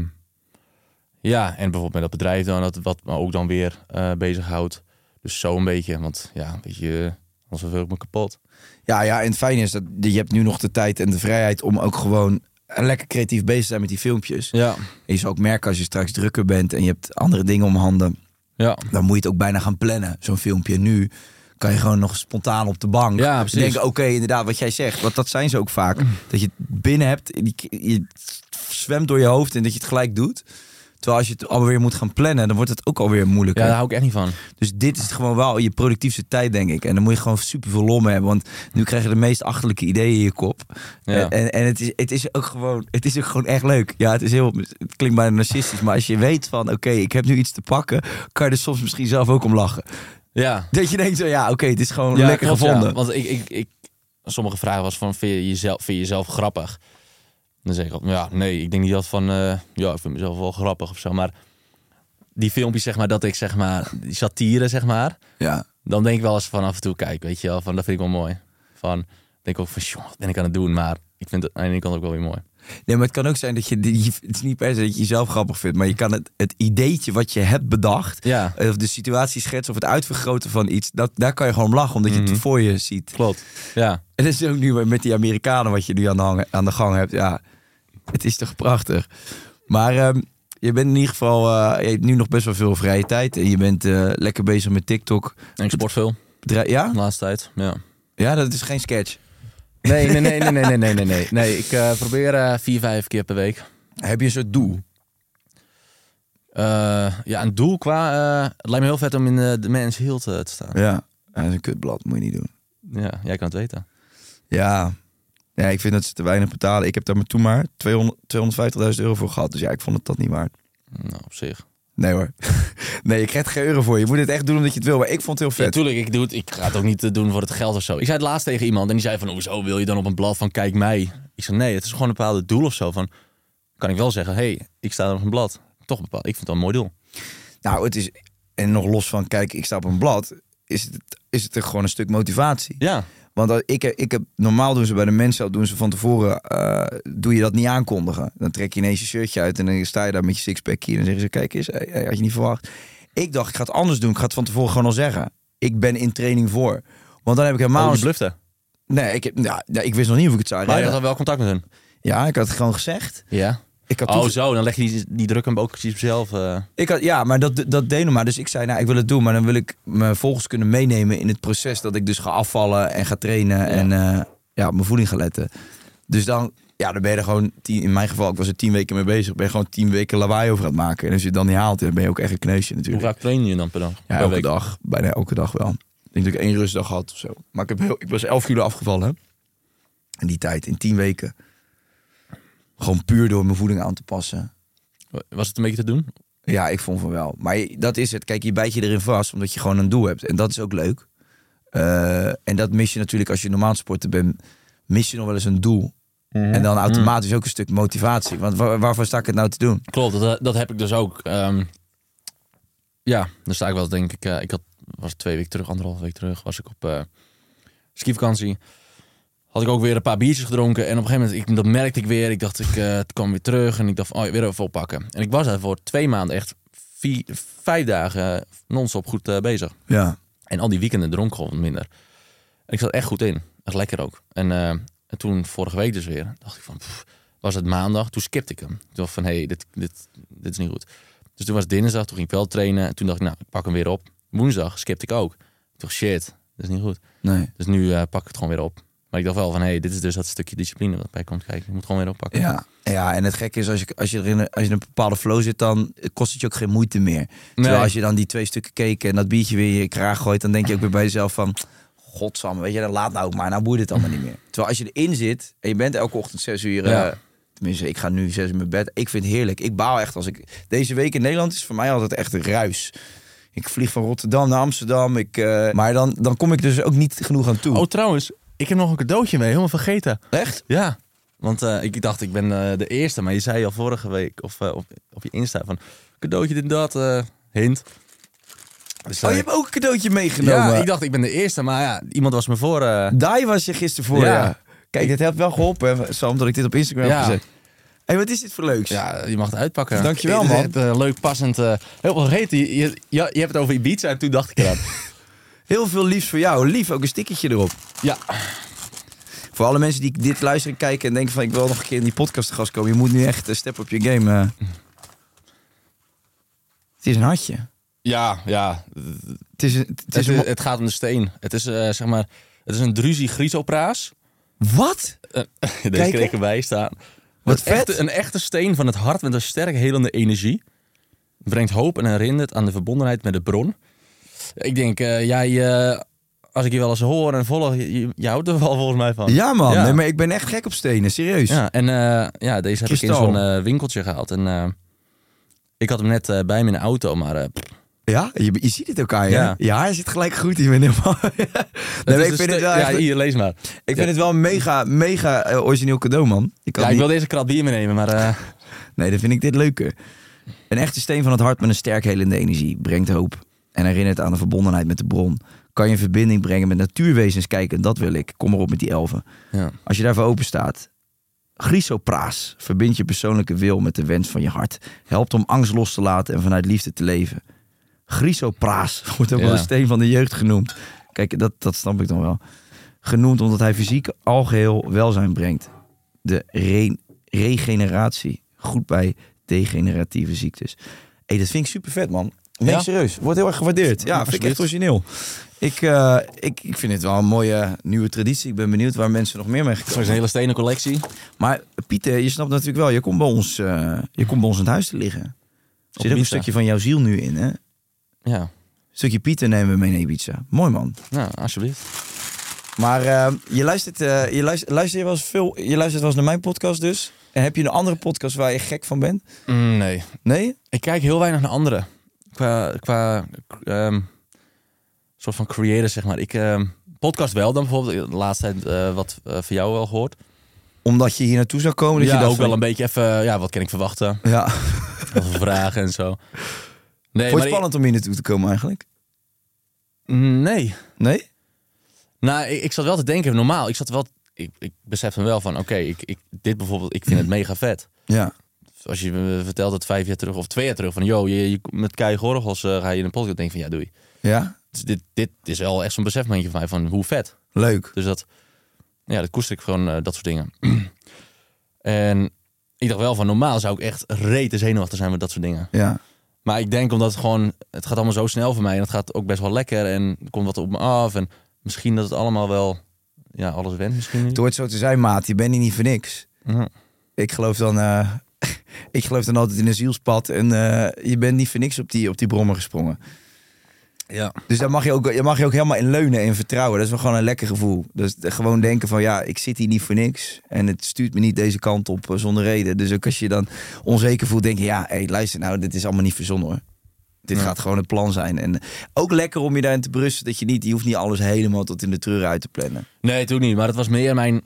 [SPEAKER 4] en bijvoorbeeld met dat bedrijf dan, wat me ook dan weer bezighoudt. Dus zo een beetje, want anders verveel ik me kapot.
[SPEAKER 5] Ja, en het fijne is dat je hebt nu nog de tijd en de vrijheid om ook gewoon lekker creatief bezig te zijn met die filmpjes.
[SPEAKER 4] Ja.
[SPEAKER 5] En je zal ook merken als je straks drukker bent en je hebt andere dingen om handen.
[SPEAKER 4] Ja.
[SPEAKER 5] Dan moet je het ook bijna gaan plannen, zo'n filmpje. Nu kan je gewoon nog spontaan op de bank denken, oké, inderdaad, wat jij zegt. Want dat zijn ze ook vaak. Dat je het binnen hebt, je zwemt door je hoofd en dat je het gelijk doet. Terwijl als je het alweer moet gaan plannen, dan wordt het ook alweer moeilijker.
[SPEAKER 4] Ja, daar hou ik echt niet van.
[SPEAKER 5] Dus dit is gewoon wel je productiefste tijd, denk ik. En dan moet je gewoon super veel lol mee hebben. Want nu krijg je de meest achterlijke ideeën in je kop.
[SPEAKER 4] Ja.
[SPEAKER 5] En het is ook gewoon echt leuk. Ja, het klinkt bijna narcistisch. Maar als je weet van, oké, ik heb nu iets te pakken, kan je er soms misschien zelf ook om lachen. Ja. Dat je denkt zo, het is gewoon lekker
[SPEAKER 4] klopt,
[SPEAKER 5] gevonden.
[SPEAKER 4] Ja. Want ik sommige vragen was van, vind je jezelf grappig? Dan zeg ik altijd, nee, ik denk niet dat van, ik vind mezelf wel grappig of zo. Maar die filmpjes, zeg maar, dat ik, zeg maar, die satire, zeg maar. Ja. Dan denk ik wel eens van af en toe, kijk, weet je wel, van dat vind ik wel mooi. Van, denk ook van, wat ben ik aan het doen? Maar ik vind het aan de ene kant ook wel weer mooi.
[SPEAKER 5] Nee, maar het kan ook zijn dat het is niet per se dat je jezelf grappig vindt, maar je kan het ideetje wat je hebt bedacht, of de situatieschets of het uitvergroten van iets, daar kan je gewoon om lachen, omdat je het voor je ziet.
[SPEAKER 4] Klopt, ja.
[SPEAKER 5] En dat is ook nu met die Amerikanen wat je nu aan de gang hebt. Ja, het is toch prachtig. Maar je bent in ieder geval, je hebt nu nog best wel veel vrije tijd en je bent lekker bezig met TikTok.
[SPEAKER 4] En ik sport veel.
[SPEAKER 5] Ja?
[SPEAKER 4] De laatste tijd, ja. Ja,
[SPEAKER 5] dat is geen sketch.
[SPEAKER 4] Nee. Nee, ik probeer 4-5 keer per week.
[SPEAKER 5] Heb je zo'n doel?
[SPEAKER 4] Een doel qua... het lijkt me heel vet om in de Men's Health te staan.
[SPEAKER 5] Ja, dat is een kutblad, moet je niet doen.
[SPEAKER 4] Ja, jij kan het weten.
[SPEAKER 5] Ja, ik vind dat ze te weinig betalen. Ik heb daar toen maar €250.000 voor gehad. Dus ik vond het dat niet waard.
[SPEAKER 4] Nou, op zich.
[SPEAKER 5] Nee hoor. Nee, je krijgt geen euro voor. Je moet het echt doen omdat je het wil. Maar ik vond het heel vet.
[SPEAKER 4] Ja, tuurlijk, ik ga het ook niet doen voor het geld of zo. Ik zei het laatst tegen iemand en die zei van, hoezo wil je dan op een blad van kijk mij? Ik zei nee, het is gewoon een bepaald doel of zo. Van, kan ik wel zeggen, ik sta op een blad. Toch bepaald. Ik vind dat een mooi doel.
[SPEAKER 5] Nou, het is, en nog los van kijk, ik sta op een blad, is het er gewoon een stuk motivatie.
[SPEAKER 4] Ja.
[SPEAKER 5] Want ik heb normaal doen ze bij de mensen, doen ze van tevoren, doe je dat niet aankondigen. Dan trek je ineens je shirtje uit en dan sta je daar met je sixpack hier en dan zeggen ze, kijk eens, had je niet verwacht. Ik dacht, ik ga het anders doen. Ik ga het van tevoren gewoon al zeggen. Ik ben in training voor. Want dan heb ik helemaal...
[SPEAKER 4] je blufte?
[SPEAKER 5] Nee, ik wist nog niet of ik het zou redden.
[SPEAKER 4] Maar je had wel contact met hun?
[SPEAKER 5] Ja, ik had het gewoon gezegd.
[SPEAKER 4] Ja. Zo, dan leg je die druk hem ook precies op zelf.
[SPEAKER 5] Maar dat deed nog maar. Dus ik zei, ik wil het doen, maar dan wil ik me volgens kunnen meenemen in het proces dat ik dus ga afvallen en ga trainen en op mijn voeding ga letten. Dus dan Ja, dan ben je er gewoon in mijn geval, ik was er 10 weken mee bezig. Ben je gewoon 10 weken lawaai over aan het maken. En als je het dan niet haalt, dan ben je ook echt een kneusje natuurlijk.
[SPEAKER 4] Hoe vaak train je dan per dag?
[SPEAKER 5] Ja,
[SPEAKER 4] per
[SPEAKER 5] elke
[SPEAKER 4] week?
[SPEAKER 5] dag. Bijna elke dag wel. Ik denk dat ik 1 rustdag had of zo. Maar ik was 11 kilo afgevallen. Hè? In die tijd, in 10 weken. Gewoon puur door mijn voeding aan te passen.
[SPEAKER 4] Was het een beetje te doen?
[SPEAKER 5] Ja, ik vond van wel. Maar dat is het. Kijk, je bijt je erin vast omdat je gewoon een doel hebt. En dat is ook leuk. En dat mis je natuurlijk als je normaal sporter bent. Mis je nog wel eens een doel. En dan automatisch ook een stuk motivatie. Want waarvoor sta ik het nou te doen?
[SPEAKER 4] Klopt, dat heb ik dus ook. Ja, dan sta ik wel, denk ik. Was 2 weken terug, 1,5 week terug, was ik op skivakantie. Had ik ook weer een paar biertjes gedronken. En op een gegeven moment, dat merkte ik weer. Ik dacht, het kwam weer terug. En ik dacht, weer even oppakken. En ik was daar voor 2 maanden echt 5 dagen non-stop goed bezig.
[SPEAKER 5] Ja.
[SPEAKER 4] En al die weekenden dronk ik gewoon wat minder. En ik zat echt goed in. Echt lekker ook. En toen, vorige week dus weer, dacht ik van, was het maandag. Toen skipte ik hem. Toen dacht ik van, dit is niet goed. Dus toen was het dinsdag, toen ging ik wel trainen. En toen dacht ik, nou, ik pak hem weer op. Woensdag skipte ik ook. Ik dacht, shit, dat is niet goed.
[SPEAKER 5] Nee.
[SPEAKER 4] Dus nu pak ik het gewoon weer op. Maar ik dacht wel van, dit is dus dat stukje discipline wat bij komt kijken. Je moet gewoon weer oppakken.
[SPEAKER 5] Ja, en het gekke is, als je in een bepaalde flow zit, dan kost het je ook geen moeite meer. Terwijl als je dan die 2 stukken cake en dat biertje weer in je kraag gooit, dan denk je ook weer bij jezelf van, godsamme, weet je, dan laat nou ook maar. Nou boeit het allemaal niet meer. Terwijl als je erin zit en je bent elke ochtend 6 uur... Tenminste, ik ga nu 6 uur mijn bed. Ik vind het heerlijk. Ik baal echt als ik... Deze week in Nederland is voor mij altijd echt een ruis. Ik vlieg van Rotterdam naar Amsterdam. Maar dan kom ik dus ook niet genoeg aan toe.
[SPEAKER 4] Oh, trouwens, ik heb nog een cadeautje mee. Helemaal vergeten.
[SPEAKER 5] Echt?
[SPEAKER 4] Ja. Want ik dacht, ik ben de eerste. Maar je zei al vorige week of op je Insta van... Cadeautje dit en dat. Hint. Dus,
[SPEAKER 5] je hebt ook een cadeautje meegenomen.
[SPEAKER 4] Ja, ik dacht, ik ben de eerste. Maar ja, iemand was me voor...
[SPEAKER 5] Dai was je gisteren voor, ja. Kijk, dit heeft wel geholpen, Sam, dat ik dit op Instagram heb gezet. Hey, wat is dit voor leuks?
[SPEAKER 4] Ja, je mag het uitpakken.
[SPEAKER 5] Dankjewel, man.
[SPEAKER 4] Het leuk, passend. Heel veel vergeten. Je hebt het over Ibiza en toen dacht ik eraan.
[SPEAKER 5] Heel veel liefs voor jou. Lief, ook een stickertje erop.
[SPEAKER 4] Ja.
[SPEAKER 5] Voor alle mensen die dit luisteren, kijken en denken van, ik wil nog een keer in die podcast te gast komen. Je moet nu echt step op je game. Het is een hartje.
[SPEAKER 4] Ja. Het gaat om de steen. Het is, zeg maar, het is een Druzy Chrysopraas.
[SPEAKER 5] Wat?
[SPEAKER 4] Deze kreeg erbij staan.
[SPEAKER 5] Wat vet.
[SPEAKER 4] Een echte steen van het hart met een sterk helende energie. Brengt hoop en herinnert aan de verbondenheid met de bron. Ik denk, als ik je wel eens hoor en volg, je houdt er wel volgens mij van.
[SPEAKER 5] Ja, man. Ja. Nee, maar ik ben echt gek op stenen, serieus.
[SPEAKER 4] Ja, en deze heb ik in zo'n winkeltje gehaald. En ik had hem net bij me in de auto, maar...
[SPEAKER 5] Ja, je ziet het elkaar, ja. Ja, hij zit gelijk goed. Je bent helemaal... nee, ik vind het wel echt...
[SPEAKER 4] hier, lees maar.
[SPEAKER 5] Ik vind het wel een mega origineel cadeau, man.
[SPEAKER 4] Ik wil deze krat bier meenemen, maar...
[SPEAKER 5] Nee, dan vind ik dit leuker. Een echte steen van het hart met een sterk helende energie. Brengt hoop en herinnert aan de verbondenheid met de bron. Kan je in verbinding brengen met natuurwezens. Kijk, dat wil ik. Kom erop met die 11. Ja. Als je daarvoor open staat. Chrysopraas verbindt je persoonlijke wil met de wens van je hart. Helpt om angst los te laten en vanuit liefde te leven. Chrysopraas wordt ook wel een steen van de jeugd genoemd. Kijk, dat snap ik dan wel. Genoemd omdat hij fysiek algeheel welzijn brengt. De regeneratie. Goed bij degeneratieve ziektes. Hey, dat vind ik super vet, man. Nee, serieus. Wordt heel erg gewaardeerd. Ja, vind ik echt origineel. Ik vind het wel een mooie nieuwe traditie. Ik ben benieuwd waar mensen nog meer mee gekomen.
[SPEAKER 4] Het is een hele stenen collectie.
[SPEAKER 5] Maar Pieter, je snapt natuurlijk wel. Je komt bij ons in het huis te liggen. Er zit ook een stukje van jouw ziel nu in, hè?
[SPEAKER 4] Ja.
[SPEAKER 5] Een stukje Pieter nemen we mee naar Ibiza. Mooi, man.
[SPEAKER 4] Nou, alsjeblieft.
[SPEAKER 5] Maar je luistert wel eens veel. Je luistert wel eens naar mijn podcast dus. En heb je een andere podcast waar je gek van bent?
[SPEAKER 4] Nee.
[SPEAKER 5] Nee?
[SPEAKER 4] Ik kijk heel weinig naar anderen. Qua soort van creators, zeg maar. Ik podcast wel dan bijvoorbeeld. De laatste tijd wat van jou wel gehoord.
[SPEAKER 5] Omdat je hier naartoe zou komen? Dat
[SPEAKER 4] ja,
[SPEAKER 5] je
[SPEAKER 4] ook wel een beetje even... wat kan ik verwachten?
[SPEAKER 5] Ja.
[SPEAKER 4] Wat voor vragen en zo. Nee,
[SPEAKER 5] vond je het spannend om hier naartoe te komen eigenlijk?
[SPEAKER 4] Nee.
[SPEAKER 5] Nee?
[SPEAKER 4] Nou, ik zat wel te denken, normaal. Ik besef me wel van, oké, dit bijvoorbeeld, ik vind het mega vet.
[SPEAKER 5] Ja.
[SPEAKER 4] Als je me vertelt dat 5 jaar terug of 2 jaar terug, van je met Kai Gorgels ga je in een podcast, denk van, ja, doei.
[SPEAKER 5] Ja?
[SPEAKER 4] Dus dit is wel echt zo'n besefmomentje van mij, van hoe vet.
[SPEAKER 5] Leuk.
[SPEAKER 4] Dus dat koester ik gewoon, dat soort dingen. En ik dacht wel van, normaal zou ik echt rete zenuwachtig zijn met dat soort dingen.
[SPEAKER 5] Ja.
[SPEAKER 4] Maar ik denk omdat het gaat allemaal zo snel voor mij en het gaat ook best wel lekker en er komt wat op me af en misschien dat het allemaal wel, alles went misschien.
[SPEAKER 5] Het hoort zo te zijn, maat. Je bent hier niet voor niks.
[SPEAKER 4] Ja.
[SPEAKER 5] Ik geloof dan altijd in een zielspad. En je bent niet voor niks op die brommer gesprongen.
[SPEAKER 4] Ja.
[SPEAKER 5] Dus daar mag je ook helemaal in leunen en vertrouwen. Dat is wel gewoon een lekker gevoel. Dus gewoon denken van ja, ik zit hier niet voor niks. En het stuurt me niet deze kant op zonder reden. Dus ook als je dan onzeker voelt, denk je ja, luister nou, dit is allemaal niet verzonnen hoor. Dit gaat gewoon het plan zijn. En ook lekker om je daarin te berusten dat je hoeft niet alles helemaal tot in de treur uit te plannen.
[SPEAKER 4] Nee, toen niet. Maar het was meer mijn,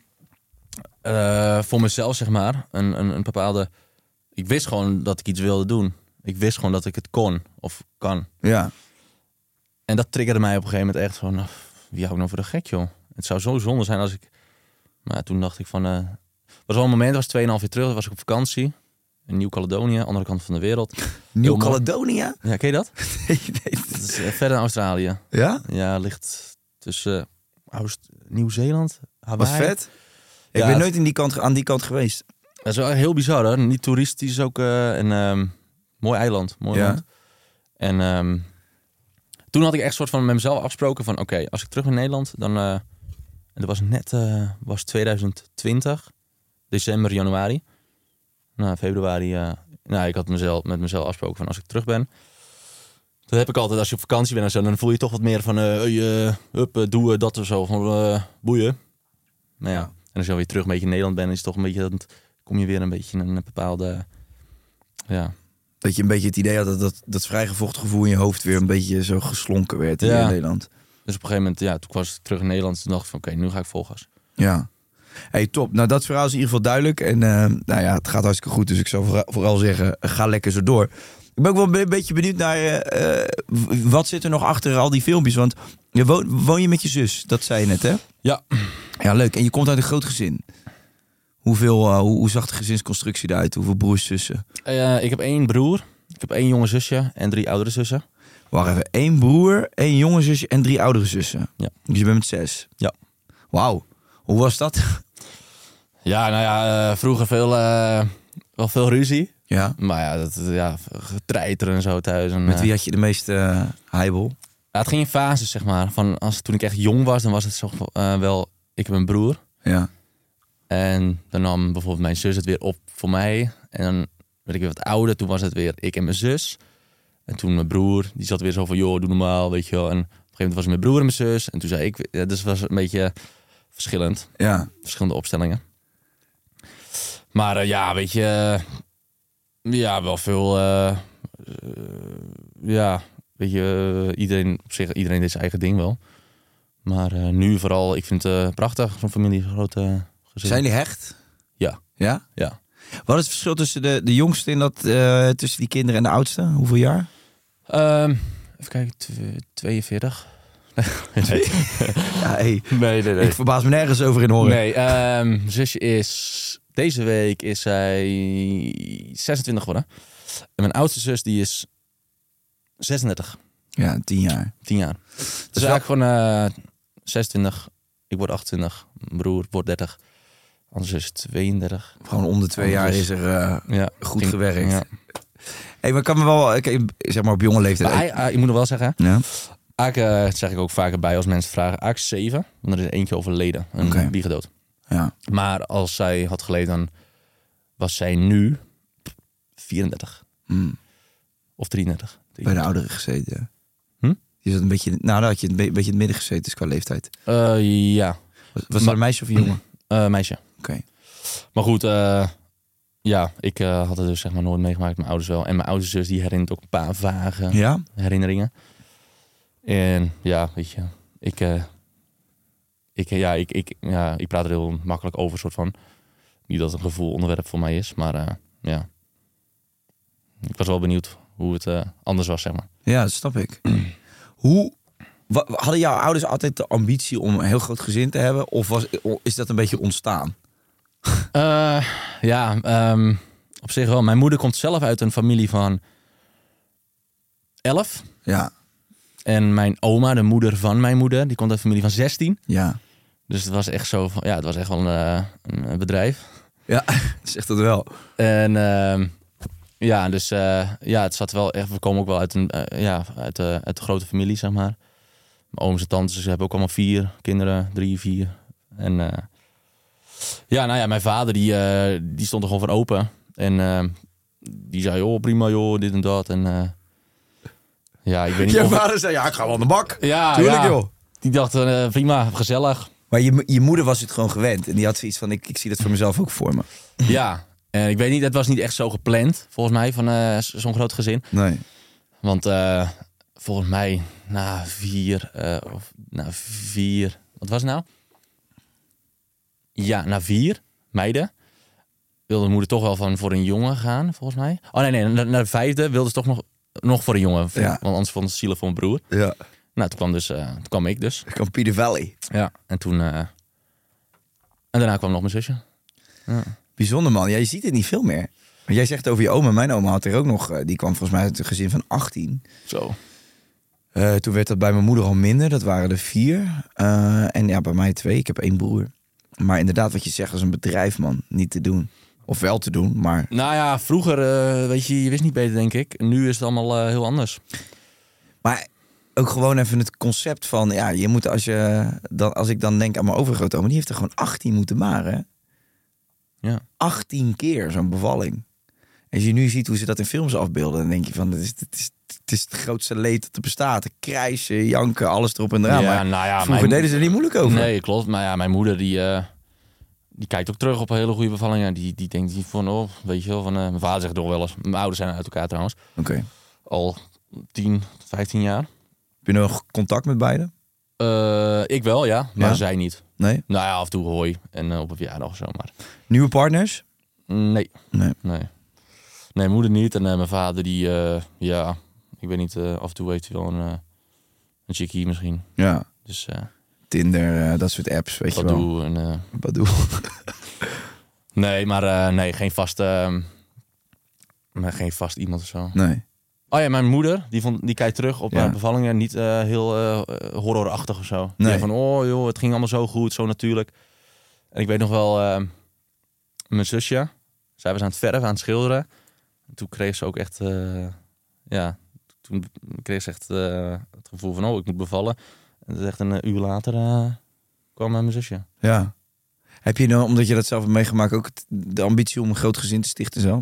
[SPEAKER 4] voor mezelf zeg maar, een bepaalde... Ik wist gewoon dat ik iets wilde doen. Ik wist gewoon dat ik het kon of kan.
[SPEAKER 5] Ja.
[SPEAKER 4] En dat triggerde mij op een gegeven moment echt van... wie hou ik nou voor de gek, joh? Het zou zo zonde zijn als ik... Maar toen dacht ik van... was wel een moment, was 2,5 jaar terug, was ik op vakantie. In Nieuw-Caledonië, andere kant van de wereld.
[SPEAKER 5] Nieuw-Caledonië?
[SPEAKER 4] Ja, ken je dat?
[SPEAKER 5] Nee.
[SPEAKER 4] Dat is verder in Australië.
[SPEAKER 5] Ja?
[SPEAKER 4] Ja, ligt tussen Nieuw-Zeeland, Hawaii.
[SPEAKER 5] Wat vet. Ik ben nooit aan die kant geweest.
[SPEAKER 4] Dat is wel heel bizar, hoor. Niet toeristisch ook. Mooi eiland, mooi land. En toen had ik echt soort van met mezelf afgesproken van... Oké, als ik terug ben in Nederland, dan... en dat was net... was 2020. December, januari. Nou, februari... ik had met mezelf afgesproken van als ik terug ben... Dat heb ik altijd als je op vakantie bent en zo. Dan voel je toch wat meer van... doe dat of zo. Van boeien. Nou ja. En als je weer terug een beetje in Nederland bent... is het toch een beetje... Dan kom je weer een beetje in een bepaalde... Ja...
[SPEAKER 5] Dat je een beetje het idee had dat vrijgevochten gevoel in je hoofd weer een beetje zo geslonken werd in Nederland.
[SPEAKER 4] Dus op een gegeven moment, toen was ik terug in Nederland. Toen dacht ik van oké, nu ga ik vol gas.
[SPEAKER 5] Ja. Hey, top. Nou, dat verhaal is in ieder geval duidelijk. En het gaat hartstikke goed. Dus ik zou vooral zeggen, ga lekker zo door. Ik ben ook wel een beetje benieuwd naar wat zit er nog achter al die filmpjes. Want woon je met je zus? Dat zei je net, hè?
[SPEAKER 4] Ja.
[SPEAKER 5] Ja, leuk. En je komt uit een groot gezin. Hoe zag de gezinsconstructie eruit? Hoeveel broers, zussen?
[SPEAKER 4] Ik heb 1 broer. Ik heb 1 jonge zusje en 3 oudere zussen.
[SPEAKER 5] Wacht even. 1 broer, 1 jonge zusje en 3 oudere zussen. Ja. Dus je bent met 6?
[SPEAKER 4] Ja.
[SPEAKER 5] Wauw. Hoe was dat?
[SPEAKER 4] Ja, vroeger wel veel ruzie.
[SPEAKER 5] Ja.
[SPEAKER 4] Maar getreiteren en zo thuis. En,
[SPEAKER 5] met wie had je de meeste heibel?
[SPEAKER 4] Ja, het ging in fases, zeg maar. Toen ik echt jong was, dan was het zo wel... Ik heb een broer.
[SPEAKER 5] Ja.
[SPEAKER 4] En dan nam bijvoorbeeld mijn zus het weer op voor mij. En dan werd ik weer wat ouder. Toen was het weer ik en mijn zus. En toen mijn broer, die zat weer zo van... joh, doe normaal, weet je wel. En op een gegeven moment was het mijn broer en mijn zus. En toen zei ik... dus het was een beetje verschillend.
[SPEAKER 5] Ja.
[SPEAKER 4] Verschillende opstellingen. Maar weet je... wel veel... weet je... Iedereen deed zijn eigen ding wel. Maar nu vooral... Ik vind het prachtig, zo'n familie, grote...
[SPEAKER 5] Zijn die hecht?
[SPEAKER 4] Ja.
[SPEAKER 5] Ja?
[SPEAKER 4] Ja.
[SPEAKER 5] Wat is het verschil tussen de jongste en tussen die kinderen en de oudste? Hoeveel jaar?
[SPEAKER 4] Even kijken, 42. Nee.
[SPEAKER 5] Ja, hey.
[SPEAKER 4] Nee.
[SPEAKER 5] Ik verbaas me nergens over in horen.
[SPEAKER 4] Nee, mijn zusje is... Deze week is zij 26 geworden. En mijn oudste zus, die is 36.
[SPEAKER 5] Ja, 10 jaar.
[SPEAKER 4] 10 jaar. Dus eigenlijk gewoon 26. Ik word 28. Mijn broer wordt 30. Anders is het 32.
[SPEAKER 5] Gewoon om de 2 jaar is er goed gewerkt. Ja. Hey, maar kan me wel, zeg maar op jonge leeftijd...
[SPEAKER 4] Ik moet nog wel zeggen,
[SPEAKER 5] ja.
[SPEAKER 4] Eigenlijk zeg ik ook vaker bij als mensen vragen. Eigenlijk 7, want er is eentje overleden. Een biegendood.
[SPEAKER 5] Ja.
[SPEAKER 4] Maar als zij had geleden, dan was zij nu 34. Of 33.
[SPEAKER 5] Bij de ouderen gezeten.
[SPEAKER 4] Je
[SPEAKER 5] zat een beetje, dan had je een beetje in het midden gezeten, dus qua leeftijd.
[SPEAKER 4] Ja.
[SPEAKER 5] Was dat een meisje of een jongen?
[SPEAKER 4] Meisje.
[SPEAKER 5] Oké.
[SPEAKER 4] Maar goed, ik had het dus zeg maar nooit meegemaakt. Mijn ouders wel. En mijn oudste zus die herinnert ook een paar vage herinneringen. En ja, weet je, ik praat er heel makkelijk over, soort van. Niet dat het een gevoel onderwerp voor mij is, maar ik was wel benieuwd hoe het anders was, zeg maar.
[SPEAKER 5] Ja, dat snap ik. Hadden jouw ouders altijd de ambitie om een heel groot gezin te hebben? Of is dat een beetje ontstaan?
[SPEAKER 4] Op zich wel. Mijn moeder komt zelf uit een familie van 11.
[SPEAKER 5] Ja.
[SPEAKER 4] En mijn oma, de moeder van mijn moeder, die komt uit een familie van 16.
[SPEAKER 5] Ja.
[SPEAKER 4] Dus het was echt zo van, het was echt wel een bedrijf.
[SPEAKER 5] Ja, zegt dat wel.
[SPEAKER 4] En het zat wel echt. We komen ook wel uit uit de grote familie, zeg maar. Mijn ooms en tantes, ze hebben ook allemaal 4 kinderen, 3, 4. En Ja, nou ja, mijn vader die stond er gewoon voor open. En die zei, joh, prima joh, dit en dat. En ja, ik weet niet
[SPEAKER 5] Je
[SPEAKER 4] of...
[SPEAKER 5] vader zei, ja, ik ga wel aan de bak.
[SPEAKER 4] Ja,
[SPEAKER 5] Tuurlijk,
[SPEAKER 4] ja.
[SPEAKER 5] joh.
[SPEAKER 4] Die dacht, prima, gezellig.
[SPEAKER 5] Maar je moeder was het gewoon gewend. En die had zoiets van, ik zie dat voor mezelf ook voor me.
[SPEAKER 4] Ja, en ik weet niet, het was niet echt zo gepland, volgens mij, van zo'n groot gezin.
[SPEAKER 5] Nee.
[SPEAKER 4] Want volgens mij na vier, wat was het nou? Ja, na 4 meiden wilde de moeder toch wel voor een jongen gaan, volgens mij. Oh nee, na de 5e wilde ze toch nog voor een jongen.
[SPEAKER 5] Ja.
[SPEAKER 4] Want anders vond ze zielig voor mijn broer.
[SPEAKER 5] Ja.
[SPEAKER 4] Nou, toen kwam ik dus.
[SPEAKER 5] Ik kwam Peter Valley.
[SPEAKER 4] Ja, en toen... en daarna kwam nog mijn zusje. Ja.
[SPEAKER 5] Bijzonder, man. Ja, je ziet het niet veel meer. Maar jij zegt over je oma. Mijn oma had er ook nog... die kwam volgens mij uit een gezin van 18.
[SPEAKER 4] Zo.
[SPEAKER 5] Toen werd dat bij mijn moeder al minder. Dat waren er 4. En ja, bij mij 2. Ik heb 1 broer. Maar inderdaad, wat je zegt, als een bedrijf, man. Niet te doen. Of wel te doen, maar...
[SPEAKER 4] Nou ja, vroeger, weet je wist niet beter, denk ik. Nu is het allemaal heel anders.
[SPEAKER 5] Maar ook gewoon even het concept van... Ja, je moet als ik dan denk aan mijn overgrootoma... Die heeft er gewoon 18 moeten baren. Hè?
[SPEAKER 4] Ja.
[SPEAKER 5] 18 keer zo'n bevalling. Als je nu ziet hoe ze dat in films afbeelden... Dan denk je van, het is het grootste leed dat er bestaat. Krijsen, janken, alles erop en eraan.
[SPEAKER 4] Ja,
[SPEAKER 5] maar
[SPEAKER 4] nou ja,
[SPEAKER 5] vroeger deden ze er niet moeilijk over.
[SPEAKER 4] Nee, klopt. Maar ja, mijn moeder die kijkt ook terug op een hele goede bevallingen. Die denkt van, weet je wel, van mijn vader zegt toch wel eens. Mijn ouders zijn uit elkaar trouwens.
[SPEAKER 5] Oké.
[SPEAKER 4] Al 10, 15 jaar.
[SPEAKER 5] Heb je nog contact met beiden?
[SPEAKER 4] Ik wel, ja. Maar
[SPEAKER 5] Ja?
[SPEAKER 4] zij niet.
[SPEAKER 5] Nee?
[SPEAKER 4] Nou ja, af en toe hoi. En op een verjaardag of zo, maar...
[SPEAKER 5] Nieuwe partners?
[SPEAKER 4] Nee.
[SPEAKER 5] Nee.
[SPEAKER 4] Nee, moeder niet. En mijn vader die, ja... Ik weet niet, af en toe heeft hij wel een chickie misschien.
[SPEAKER 5] Ja.
[SPEAKER 4] Dus...
[SPEAKER 5] Tinder, dat soort apps, weet je wel.
[SPEAKER 4] Badoo en...
[SPEAKER 5] Badoo.
[SPEAKER 4] Nee, maar nee, geen vast iemand of zo.
[SPEAKER 5] Nee.
[SPEAKER 4] Oh ja, mijn moeder, die kijkt terug op
[SPEAKER 5] Ja.
[SPEAKER 4] bevallingen. Niet heel horrorachtig of zo.
[SPEAKER 5] Nee.
[SPEAKER 4] Die zei van, oh joh, het ging allemaal zo goed, zo natuurlijk. En ik weet nog wel, mijn zusje, zij was aan het verven, aan het schilderen. En toen kreeg ze ook echt, toen kreeg ze echt het gevoel van, ik moet bevallen. En dat is echt een uur later kwam mijn zusje.
[SPEAKER 5] Ja. Heb je nou, omdat je dat zelf hebt meegemaakt, ook de ambitie om een groot gezin te stichten zelf?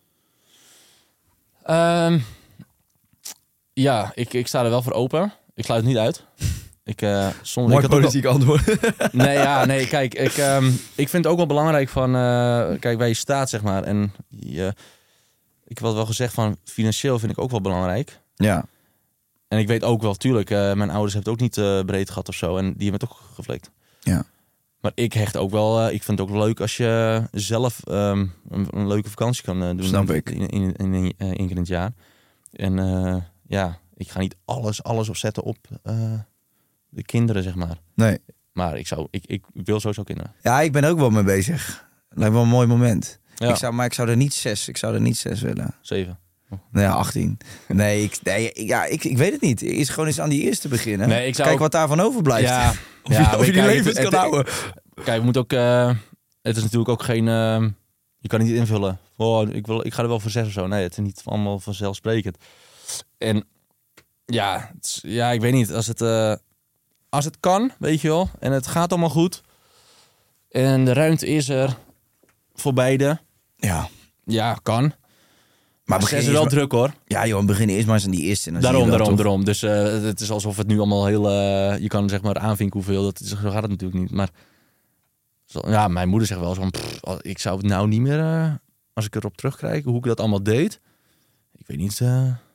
[SPEAKER 4] Ja, ik sta er wel voor open. Ik sluit het niet uit.
[SPEAKER 5] Mooi politiek antwoord.
[SPEAKER 4] Nee, kijk, ik vind het ook wel belangrijk van, kijk, waar je staat, zeg maar. En ik had wel gezegd van, financieel vind ik ook wel belangrijk.
[SPEAKER 5] Ja.
[SPEAKER 4] En ik weet ook wel, tuurlijk, mijn ouders hebben het ook niet breed gehad of zo. En die hebben het ook geflikt.
[SPEAKER 5] Ja.
[SPEAKER 4] Maar ik hecht ook wel, ik vind het ook leuk als je zelf een leuke vakantie kan doen.
[SPEAKER 5] Snap ik.
[SPEAKER 4] In één keer in het jaar. En ik ga niet alles opzetten op de kinderen, zeg maar.
[SPEAKER 5] Nee.
[SPEAKER 4] Maar ik wil sowieso kinderen.
[SPEAKER 5] Ja, ik ben er ook wel mee bezig. Lijkt wel een mooi moment.
[SPEAKER 4] Ja.
[SPEAKER 5] Ik zou er niet 6 willen.
[SPEAKER 4] 7.
[SPEAKER 5] Nou ja, 18. Nee, ik weet het niet. Is gewoon eens aan die eerste beginnen.
[SPEAKER 4] Nee,
[SPEAKER 5] Kijk wat daarvan overblijft.
[SPEAKER 4] Ja,
[SPEAKER 5] of je die levens kan houden.
[SPEAKER 4] Kijk, we moeten ook... het is natuurlijk ook geen... je kan niet invullen. Ik ga er wel voor 6 of zo. Nee, het is niet allemaal vanzelfsprekend. En ja, ik weet niet. Als het kan, weet je wel. En het gaat allemaal goed. En de ruimte is er voor beide.
[SPEAKER 5] Ja.
[SPEAKER 4] Ja, kan. Maar
[SPEAKER 5] begin
[SPEAKER 4] ze is wel druk, hoor.
[SPEAKER 5] Ja, joh, begin eerst maar eens aan die eerste. En dan zie je wel, toch?
[SPEAKER 4] Daarom. Dus het is alsof het nu allemaal heel... je kan zeg maar aanvinken hoeveel. Zo gaat het natuurlijk niet. Maar ja, mijn moeder zegt wel zo van... ik zou het nou niet meer... als ik erop terugkijk, hoe ik dat allemaal deed. Ik weet niet...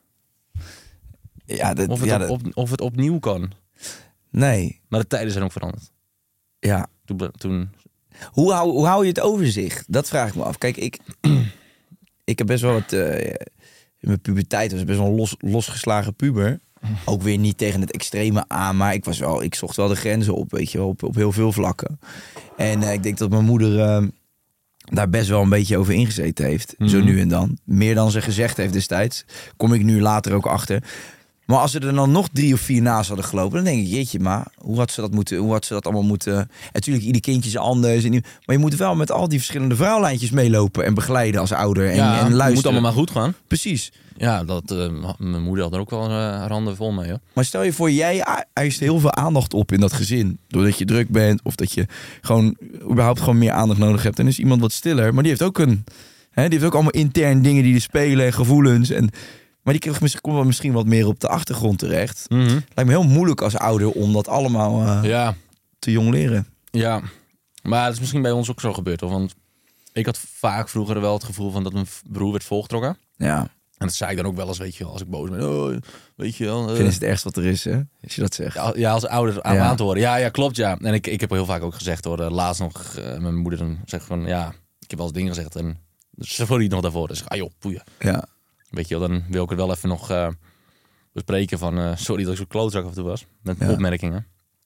[SPEAKER 4] of het opnieuw kan.
[SPEAKER 5] Nee.
[SPEAKER 4] Maar de tijden zijn ook veranderd.
[SPEAKER 5] Ja.
[SPEAKER 4] Toen...
[SPEAKER 5] Hoe hou je het overzicht? Dat vraag ik me af. Kijk, ik heb best wel wat... in mijn puberteit was best wel een losgeslagen puber. Ook weer niet tegen het extreme aan, maar ik zocht wel de grenzen op, weet je wel, op heel veel vlakken. En ik denk dat mijn moeder daar best wel een beetje over ingezeten heeft. Zo nu en dan. Meer dan ze gezegd heeft destijds. Kom ik nu later ook achter. Maar als ze er dan nog 3 of 4 naast hadden gelopen, dan denk ik, jeetje, maar hoe had ze dat allemaal moeten... En natuurlijk, ieder kindje is anders. Maar je moet wel met al die verschillende verhaallijntjes meelopen en begeleiden als ouder. En luisteren.
[SPEAKER 4] Het moet allemaal maar goed gaan.
[SPEAKER 5] Precies.
[SPEAKER 4] Ja, mijn moeder had er ook wel handen vol mee, hoor.
[SPEAKER 5] Maar stel je voor, jij eist heel veel aandacht op in dat gezin. Doordat je druk bent of dat je gewoon überhaupt gewoon meer aandacht nodig hebt. En is iemand wat stiller, maar die heeft ook die heeft ook allemaal intern dingen die er spelen en gevoelens. Maar die komt misschien wat meer op de achtergrond terecht.
[SPEAKER 4] Mm-hmm.
[SPEAKER 5] Lijkt me heel moeilijk als ouder om dat allemaal te jong leren.
[SPEAKER 4] Ja, maar het is misschien bij ons ook zo gebeurd, hoor. Want ik had vaak vroeger wel het gevoel van dat mijn broer werd volgetrokken.
[SPEAKER 5] Ja.
[SPEAKER 4] En dat zei ik dan ook wel eens, weet je wel, als ik boos ben. Oh, weet je wel.
[SPEAKER 5] Ik vind het het ergste wat er is, hè? Als je dat zegt.
[SPEAKER 4] Ja, als ouder aan te horen. Ja, klopt, ja. En ik heb heel vaak ook gezegd, hoor. Laatst nog, mijn moeder dan zegt van, ja, ik heb wel eens dingen gezegd. En sorry nog daarvoor. Dus joh, poeien.
[SPEAKER 5] Ja.
[SPEAKER 4] Weet je wel, dan wil ik het wel even nog bespreken van, sorry dat ik zo'n klootzak af en toe was. Met opmerkingen.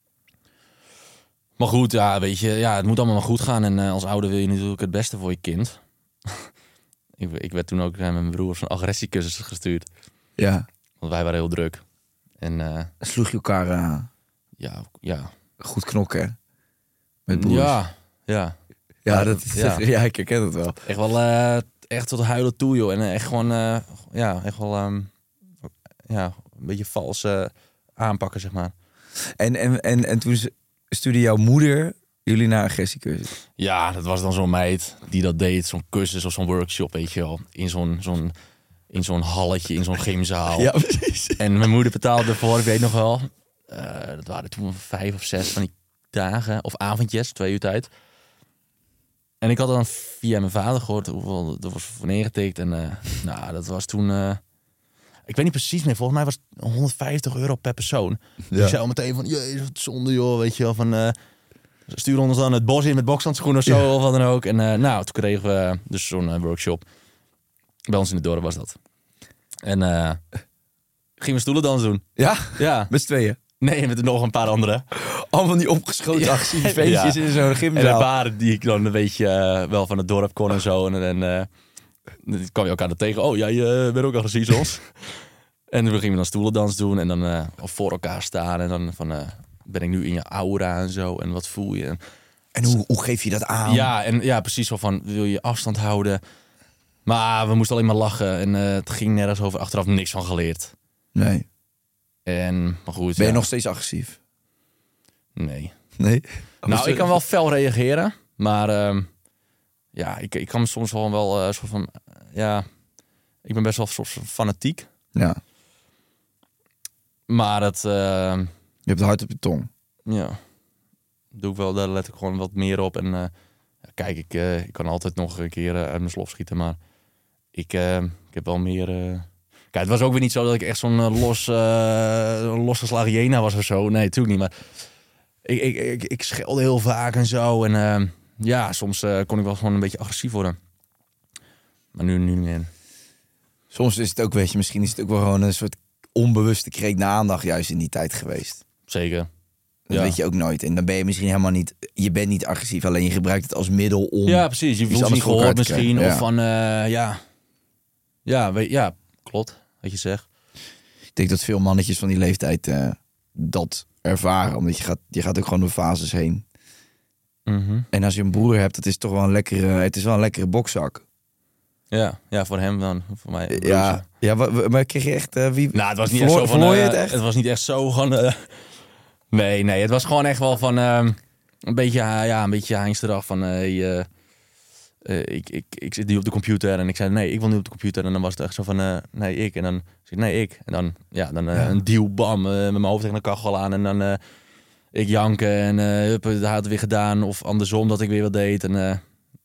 [SPEAKER 4] Maar goed, ja, weet je, het moet allemaal maar goed gaan. En als ouder wil je natuurlijk het beste voor je kind. Ik werd toen ook met mijn broer op zo'n agressiecursus gestuurd. Ja. Want wij waren heel druk. En
[SPEAKER 5] sloeg je elkaar
[SPEAKER 4] ja.
[SPEAKER 5] goed knokken met broers?
[SPEAKER 4] Ja.
[SPEAKER 5] Ja, ik herken het wel.
[SPEAKER 4] Echt wel echt tot huilen toe, joh. En echt gewoon echt wel een beetje vals aanpakken, zeg maar.
[SPEAKER 5] En toen stuurde jouw moeder jullie naar agressiecursus? Ja,
[SPEAKER 4] dat was dan zo'n meid die dat deed. Zo'n cursus of zo'n workshop, weet je wel. In zo'n halletje, in zo'n gymzaal.
[SPEAKER 5] Ja, precies.
[SPEAKER 4] En mijn moeder betaalde ervoor, ik weet nog wel. Dat waren toen 5 of 6 van die dagen. Of avondjes, 2 uur tijd. En ik had dan via mijn vader gehoord hoeveel er was voor neergetikt. En dat was toen... ik weet niet precies meer. Volgens mij was het €150 per persoon. Dus ik zei al meteen van... Jezus, wat zonde, joh. Weet je wel, van... stuur ons dan het bos in met bokshandschoenen of zo, of wat dan ook. En toen kregen we dus zo'n workshop. Bij ons in het dorp was dat. En gingen we stoelendans doen.
[SPEAKER 5] Ja?
[SPEAKER 4] Ja.
[SPEAKER 5] Met z'n tweeën?
[SPEAKER 4] Nee, met nog een paar anderen.
[SPEAKER 5] Allemaal die opgeschoten agressieve feestjes in zo'n gymzaal.
[SPEAKER 4] En een paar die ik dan een beetje wel van het dorp kon en zo. En dan kwam je elkaar er tegen. Oh, jij bent ook agressief soms. En we gingen dan stoelendans doen. En dan voor elkaar staan. En dan van... ben ik nu in je aura en zo? En wat voel je?
[SPEAKER 5] En hoe geef je dat aan?
[SPEAKER 4] Ja, precies zo van, wil je afstand houden? Maar we moesten alleen maar lachen. En het ging nergens over. Achteraf niks van geleerd.
[SPEAKER 5] Nee.
[SPEAKER 4] Maar goed.
[SPEAKER 5] Ben je nog steeds agressief?
[SPEAKER 4] Nee.
[SPEAKER 5] Nee?
[SPEAKER 4] Nou, ik kan wel fel reageren. Maar ik kan soms wel soort van... ik ben best wel soort van fanatiek.
[SPEAKER 5] Ja.
[SPEAKER 4] Maar het...
[SPEAKER 5] je hebt het hard op je tong.
[SPEAKER 4] Ja. Doe ik wel, daar let ik gewoon wat meer op. En kijk, ik kan altijd nog een keer uit mijn slof schieten. Maar ik heb wel meer... Kijk, het was ook weer niet zo dat ik echt zo'n losgeslagen hyena was of zo. Nee, natuurlijk niet. Maar ik schelde heel vaak en zo. En soms kon ik wel gewoon een beetje agressief worden. Maar nu niet meer.
[SPEAKER 5] Soms is het ook, weet je, misschien is het ook wel gewoon een soort onbewuste kreet naar aandacht juist in die tijd geweest.
[SPEAKER 4] Zeker.
[SPEAKER 5] Dat weet je ook nooit. En dan ben je misschien helemaal niet... Je bent niet agressief, alleen je gebruikt het als middel om...
[SPEAKER 4] Ja, precies. Je voelt niet gehoord misschien.
[SPEAKER 5] Ja.
[SPEAKER 4] Of van, Ja, klopt. Wat je zegt.
[SPEAKER 5] Ik denk dat veel mannetjes van die leeftijd dat ervaren. Omdat je gaat ook gewoon door fases heen.
[SPEAKER 4] Mm-hmm.
[SPEAKER 5] En als je een broer hebt, het is toch wel een lekkere bokzak.
[SPEAKER 4] Ja, voor hem dan. Voor mij.
[SPEAKER 5] Maar kreeg je echt... wie?
[SPEAKER 4] Nou, het was niet echt zo van...
[SPEAKER 5] Verloor je het echt?
[SPEAKER 4] Het was niet echt zo van... Nee, het was gewoon echt wel van... een beetje hangsterdag van... ik zit nu op de computer en ik zei nee, ik wil nu op de computer. En dan was het echt zo van nee, ik. En dan zei ik nee, ik. En dan een duw, bam, met mijn hoofd tegen de kachel aan. En dan ik janken en dat had het weer gedaan. Of andersom dat ik weer wat deed. En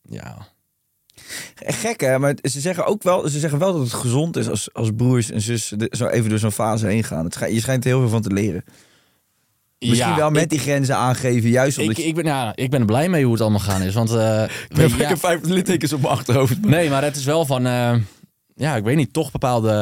[SPEAKER 5] Gek hè, maar ze zeggen wel dat het gezond is als broers en zussen zo even door zo'n fase heen gaan. Je schijnt er heel veel van te leren. Misschien wel met die grenzen aangeven, juist omdat
[SPEAKER 4] ik ben er blij mee hoe het allemaal gaan is. Want
[SPEAKER 5] ik heb 5 littekens op mijn achterhoofd.
[SPEAKER 4] Nee, maar het is wel van... ik weet niet, toch bepaalde...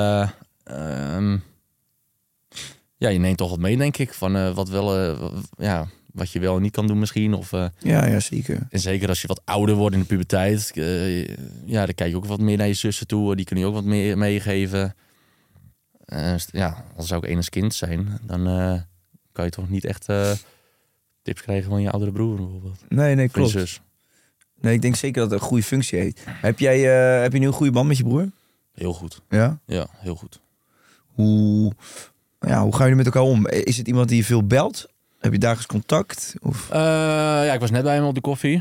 [SPEAKER 4] je neemt toch wat mee, denk ik. Van wat je wel en niet kan doen misschien. Of,
[SPEAKER 5] ja, zeker.
[SPEAKER 4] En zeker als je wat ouder wordt in de puberteit. Dan kijk je ook wat meer naar je zussen toe. Die kunnen je ook wat meer meegeven. Al zou ik enig kind zijn, dan kan je toch niet echt tips krijgen van je oudere broer bijvoorbeeld.
[SPEAKER 5] Nee, klopt.
[SPEAKER 4] Zus.
[SPEAKER 5] Nee, ik denk zeker dat het een goede functie heeft. Heb je nu een goede band met je broer?
[SPEAKER 4] Heel goed.
[SPEAKER 5] Ja?
[SPEAKER 4] Ja, heel goed.
[SPEAKER 5] Hoe gaan jullie met elkaar om? Is het iemand die je veel belt? Heb je dagelijks contact? Of?
[SPEAKER 4] Ik was net bij hem op de koffie.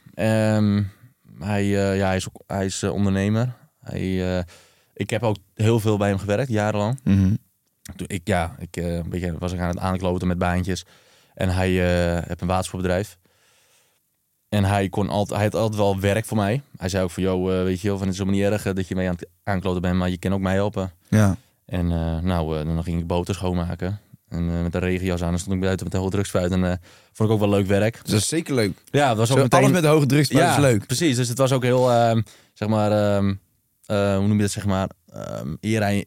[SPEAKER 4] Hij is ondernemer. Ik heb ook heel veel bij hem gewerkt, jarenlang.
[SPEAKER 5] Mm-hmm.
[SPEAKER 4] Toen een beetje was ik aan het aankloten met baantjes. En hij heeft een watersportbedrijf. En hij had altijd wel werk voor mij. Hij zei ook van, weet je wel, het is helemaal niet erg dat je mee aan het aankloten bent, maar je kan ook mij helpen.
[SPEAKER 5] Ja.
[SPEAKER 4] En dan ging ik boten schoonmaken. En met een regenjas aan, dan stond ik buiten met een hoge drukspuit. En vond ik ook wel leuk werk.
[SPEAKER 5] Dus dat is zeker leuk.
[SPEAKER 4] Ja, het was ook meteen...
[SPEAKER 5] Alles met een hoge drukspuit is leuk.
[SPEAKER 4] Precies. Dus het was ook heel, hoe noem je dat, zeg maar, eer aan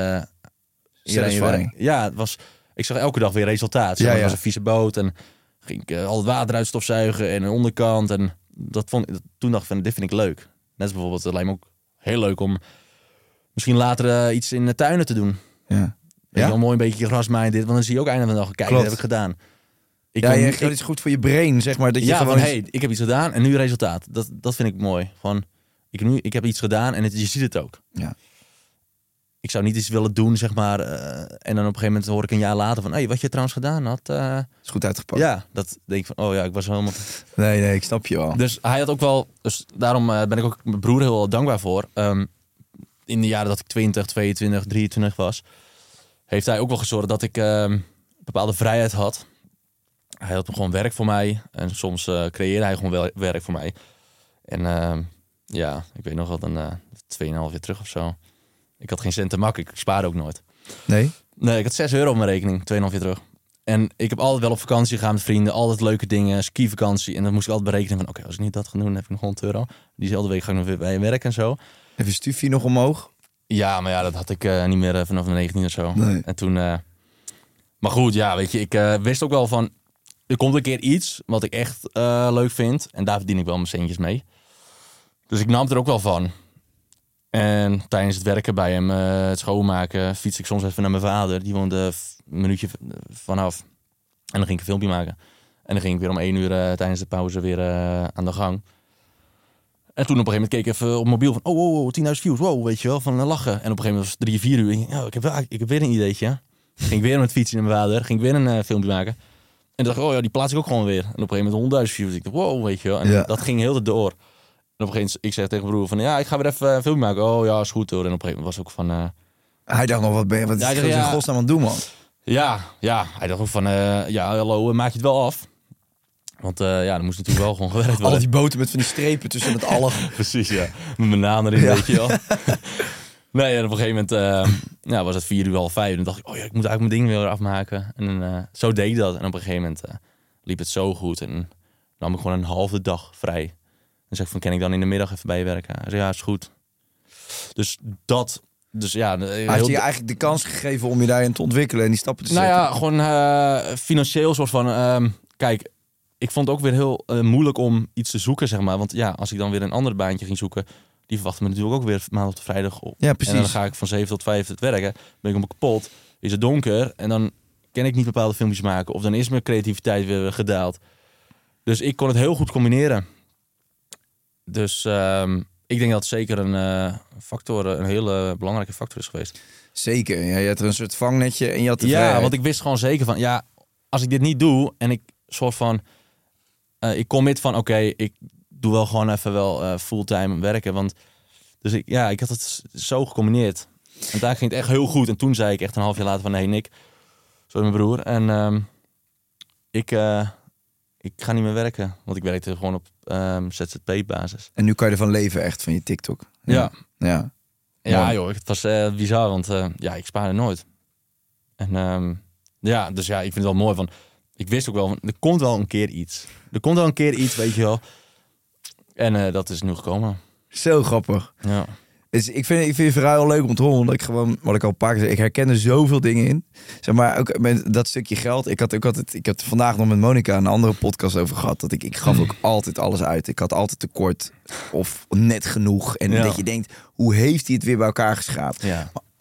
[SPEAKER 4] je werk. Ja, het was... Ik zag elke dag weer resultaat. Het was een vieze boot en ging ik al het water uitstofzuigen en een onderkant. En toen dacht ik van, dit vind ik leuk. Net als bijvoorbeeld, het lijkt me ook heel leuk om misschien later iets in de tuinen te doen.
[SPEAKER 5] Ja.
[SPEAKER 4] Ja? Wel mooi een beetje grasmaaien dit, want dan zie je ook einde van de dag, kijk, dat heb ik gedaan.
[SPEAKER 5] Het is goed voor je brain, zeg maar. Dat je gewoon...
[SPEAKER 4] ik heb iets gedaan en nu resultaat. Dat vind ik mooi. Gewoon, ik heb iets gedaan en je ziet het ook. Ja. Ik zou niet iets willen doen, zeg maar. En dan op een gegeven moment hoor ik een jaar later van... wat je trouwens gedaan had... is
[SPEAKER 5] goed uitgepakt.
[SPEAKER 4] Ja, dat denk ik van... ik was helemaal...
[SPEAKER 5] Nee, ik snap je wel.
[SPEAKER 4] Dus hij had ook wel... Dus daarom ben ik ook mijn broer heel dankbaar voor. In de jaren dat ik 20, 22, 23 was... heeft hij ook wel gezorgd dat ik bepaalde vrijheid had. Hij had gewoon werk voor mij. En soms creëerde hij gewoon werk voor mij. En ik weet nog wel, 2,5 jaar terug of zo... Ik had geen cent te makken. Ik spaarde ook nooit.
[SPEAKER 5] Nee?
[SPEAKER 4] Nee, ik had €6 op mijn rekening. 2,5 jaar terug. En ik heb altijd wel op vakantie gegaan met vrienden. Altijd leuke dingen. Skivakantie. En dan moest ik altijd berekenen van... Als ik niet dat ga doen, dan heb ik nog €100. Diezelfde week ga ik nog weer bij je werk en zo.
[SPEAKER 5] Heb je stufie nog omhoog?
[SPEAKER 4] Ja, maar dat had ik niet meer vanaf de 19 of zo.
[SPEAKER 5] Nee.
[SPEAKER 4] En toen... maar goed, weet je. Ik wist ook wel van... Er komt een keer iets wat ik echt leuk vind. En daar verdien ik wel mijn centjes mee. Dus ik nam het er ook wel van. En tijdens het werken bij hem, het schoonmaken, fiets ik soms even naar mijn vader. Die woonde een minuutje vanaf. En dan ging ik een filmpje maken. En dan ging ik weer om 1 uur tijdens de pauze weer aan de gang. En toen op een gegeven moment keek ik even op mobiel van... 10.000 views, wow, weet je wel, van lachen. En op een gegeven moment was het 3-4 uur. Ik heb weer een ideetje. Ging ik weer met fietsen naar mijn vader. Ging ik weer een filmpje maken. En toen dacht ik, die plaats ik ook gewoon weer. En op een gegeven moment 100.000 views. Ik dacht, wow, weet je wel. En dat ging heel de door. En op een gegeven moment, ik zeg tegen mijn broer van... ik ga weer even een filmpje maken. Oh ja, is goed hoor. En op een gegeven moment was ook van...
[SPEAKER 5] Hij dacht nog, wat is het in godsnaam aan het doen, man? Ja,
[SPEAKER 4] hij dacht ook van... hallo, maak je het wel af? Want er moest natuurlijk wel gewoon gewerkt worden.
[SPEAKER 5] Al die boten met van die strepen tussen het allen.
[SPEAKER 4] Precies, ja. Met mijn naam erin, weet je wel. Nee, en op een gegeven moment was het 4 uur, 5:30. En dan dacht ik, ik moet eigenlijk mijn ding weer afmaken. En zo deed ik dat. En op een gegeven moment liep het zo goed. En nam ik gewoon een halve dag vrij. En zeg ik van, kan ik dan in de middag even bij je werken? Hij zei, ja, is goed. Dus dat... Dus ja,
[SPEAKER 5] hij heeft je eigenlijk de kans gegeven om je daarin te ontwikkelen en die stappen te zetten.
[SPEAKER 4] Nou ja, gewoon financieel soort van... kijk, ik vond het ook weer heel moeilijk om iets te zoeken, zeg maar. Want ja, als ik dan weer een ander baantje ging zoeken... die verwachten me natuurlijk ook weer maandag tot vrijdag op.
[SPEAKER 5] Ja, precies.
[SPEAKER 4] En dan ga ik van 7 tot 5 het werken. Ben ik helemaal kapot. Is het donker. En dan kan ik niet bepaalde filmpjes maken. Of dan is mijn creativiteit weer gedaald. Dus ik kon het heel goed combineren. Dus ik denk dat het zeker een hele belangrijke factor is geweest.
[SPEAKER 5] Zeker. Ja, je had er een soort vangnetje en je had de
[SPEAKER 4] vrijheid. Want ik wist gewoon zeker van... als ik dit niet doe en ik soort van... ik commit van, ik doe wel gewoon even wel fulltime werken. Want dus ik had het zo gecombineerd. En daar ging het echt heel goed. En toen zei ik echt een half jaar later van... Nee, Nick, zo mijn broer. En ik ga niet meer werken. Want ik werkte gewoon op ZZP-basis.
[SPEAKER 5] En nu kan je ervan leven echt, van je TikTok.
[SPEAKER 4] Ja.
[SPEAKER 5] Ja,
[SPEAKER 4] joh, het was bizar. Want ik spaarde nooit. En dus ik vind het wel mooi. Van, ik wist ook wel, van, er komt wel een keer iets. Weet je wel. En dat is nu gekomen.
[SPEAKER 5] Zo grappig.
[SPEAKER 4] Ja.
[SPEAKER 5] Dus ik vind je verhaal heel leuk om te horen. Omdat ik gewoon, wat ik al een paar keer zei, ik herken er zoveel dingen in. Zeg maar, ook met dat stukje geld. Ik had vandaag nog met Monica een andere podcast over gehad. Dat ik gaf ook altijd alles uit. Ik had altijd tekort of net genoeg. En dat je denkt, hoe heeft hij het weer bij elkaar geschraapt?
[SPEAKER 4] Ja.
[SPEAKER 5] Maar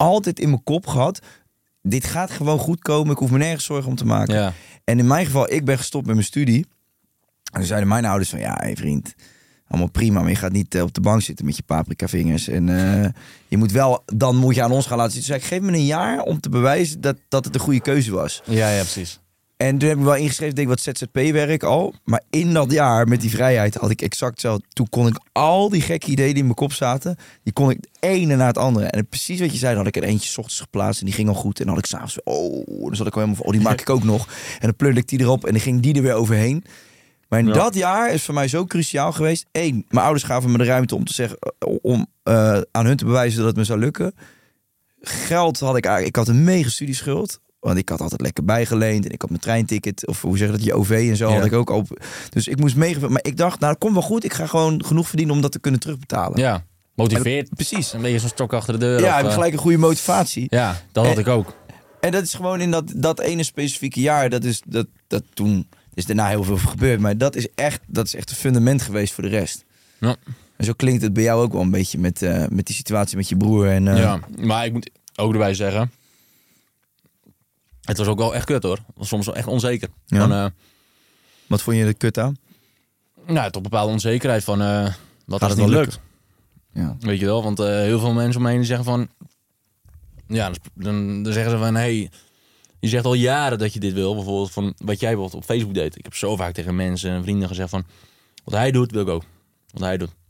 [SPEAKER 5] altijd in mijn kop gehad, dit gaat gewoon goed komen. Ik hoef me nergens zorgen om te maken.
[SPEAKER 4] Ja.
[SPEAKER 5] En in mijn geval, ik ben gestopt met mijn studie. En toen zeiden mijn ouders van, ja, hey vriend, allemaal prima, maar je gaat niet op de bank zitten met je paprika-vingers. En je moet wel, dan moet je aan ons gaan laten zien. Dus ik geef me een jaar om te bewijzen dat het een goede keuze was.
[SPEAKER 4] Ja, precies.
[SPEAKER 5] En toen heb ik wel ingeschreven, denk ik, wat ZZP-werk al. Maar in dat jaar, met die vrijheid, had ik exact hetzelfde. Toen kon ik al die gekke ideeën die in mijn kop zaten, die kon ik het ene na het andere. En precies wat je zei, dan had ik er eentje 's ochtends geplaatst en die ging al goed. En dan had ik s'avonds, dan zat ik al helemaal van, die maak ik ook nog. En dan plurde ik die erop en dan ging die er weer overheen. Maar in dat jaar is voor mij zo cruciaal geweest. 1, mijn ouders gaven me de ruimte om te zeggen, om aan hun te bewijzen dat het me zou lukken. Geld had ik eigenlijk, ik had een mega studieschuld. Want ik had altijd lekker bijgeleend. En ik had mijn treinticket. Of hoe zeg je dat? Je OV en zo had ik ook op. Dus ik moest meegeven. Maar ik dacht, nou, dat komt wel goed. Ik ga gewoon genoeg verdienen om dat te kunnen terugbetalen.
[SPEAKER 4] Ja, motiveert.
[SPEAKER 5] Precies.
[SPEAKER 4] Een beetje zo'n stok achter de deur.
[SPEAKER 5] Ja, heb gelijk een goede motivatie.
[SPEAKER 4] Ja, dat had ik ook.
[SPEAKER 5] En dat is gewoon in dat ene specifieke jaar. Dat toen is daarna heel veel gebeurd. Maar dat is echt een fundament geweest voor de rest.
[SPEAKER 4] Ja.
[SPEAKER 5] En zo klinkt het bij jou ook wel een beetje met die situatie met je broer. En,
[SPEAKER 4] ja, maar ik moet ook erbij zeggen, het was ook wel echt kut hoor. Het was soms wel echt onzeker.
[SPEAKER 5] Ja.
[SPEAKER 4] Van,
[SPEAKER 5] wat vond je er kut aan?
[SPEAKER 4] Nou, toch bepaalde onzekerheid van wat
[SPEAKER 5] Gaat
[SPEAKER 4] als het
[SPEAKER 5] het
[SPEAKER 4] niet
[SPEAKER 5] wel
[SPEAKER 4] lukt.
[SPEAKER 5] Ja.
[SPEAKER 4] Weet je wel, want heel veel mensen om me heen zeggen van, ja, dan zeggen ze van, hey, je zegt al jaren dat je dit wil. Bijvoorbeeld van wat jij bijvoorbeeld op Facebook deed. Ik heb zo vaak tegen mensen en vrienden gezegd van, wat hij doet, wil ik ook. Wat hij doet.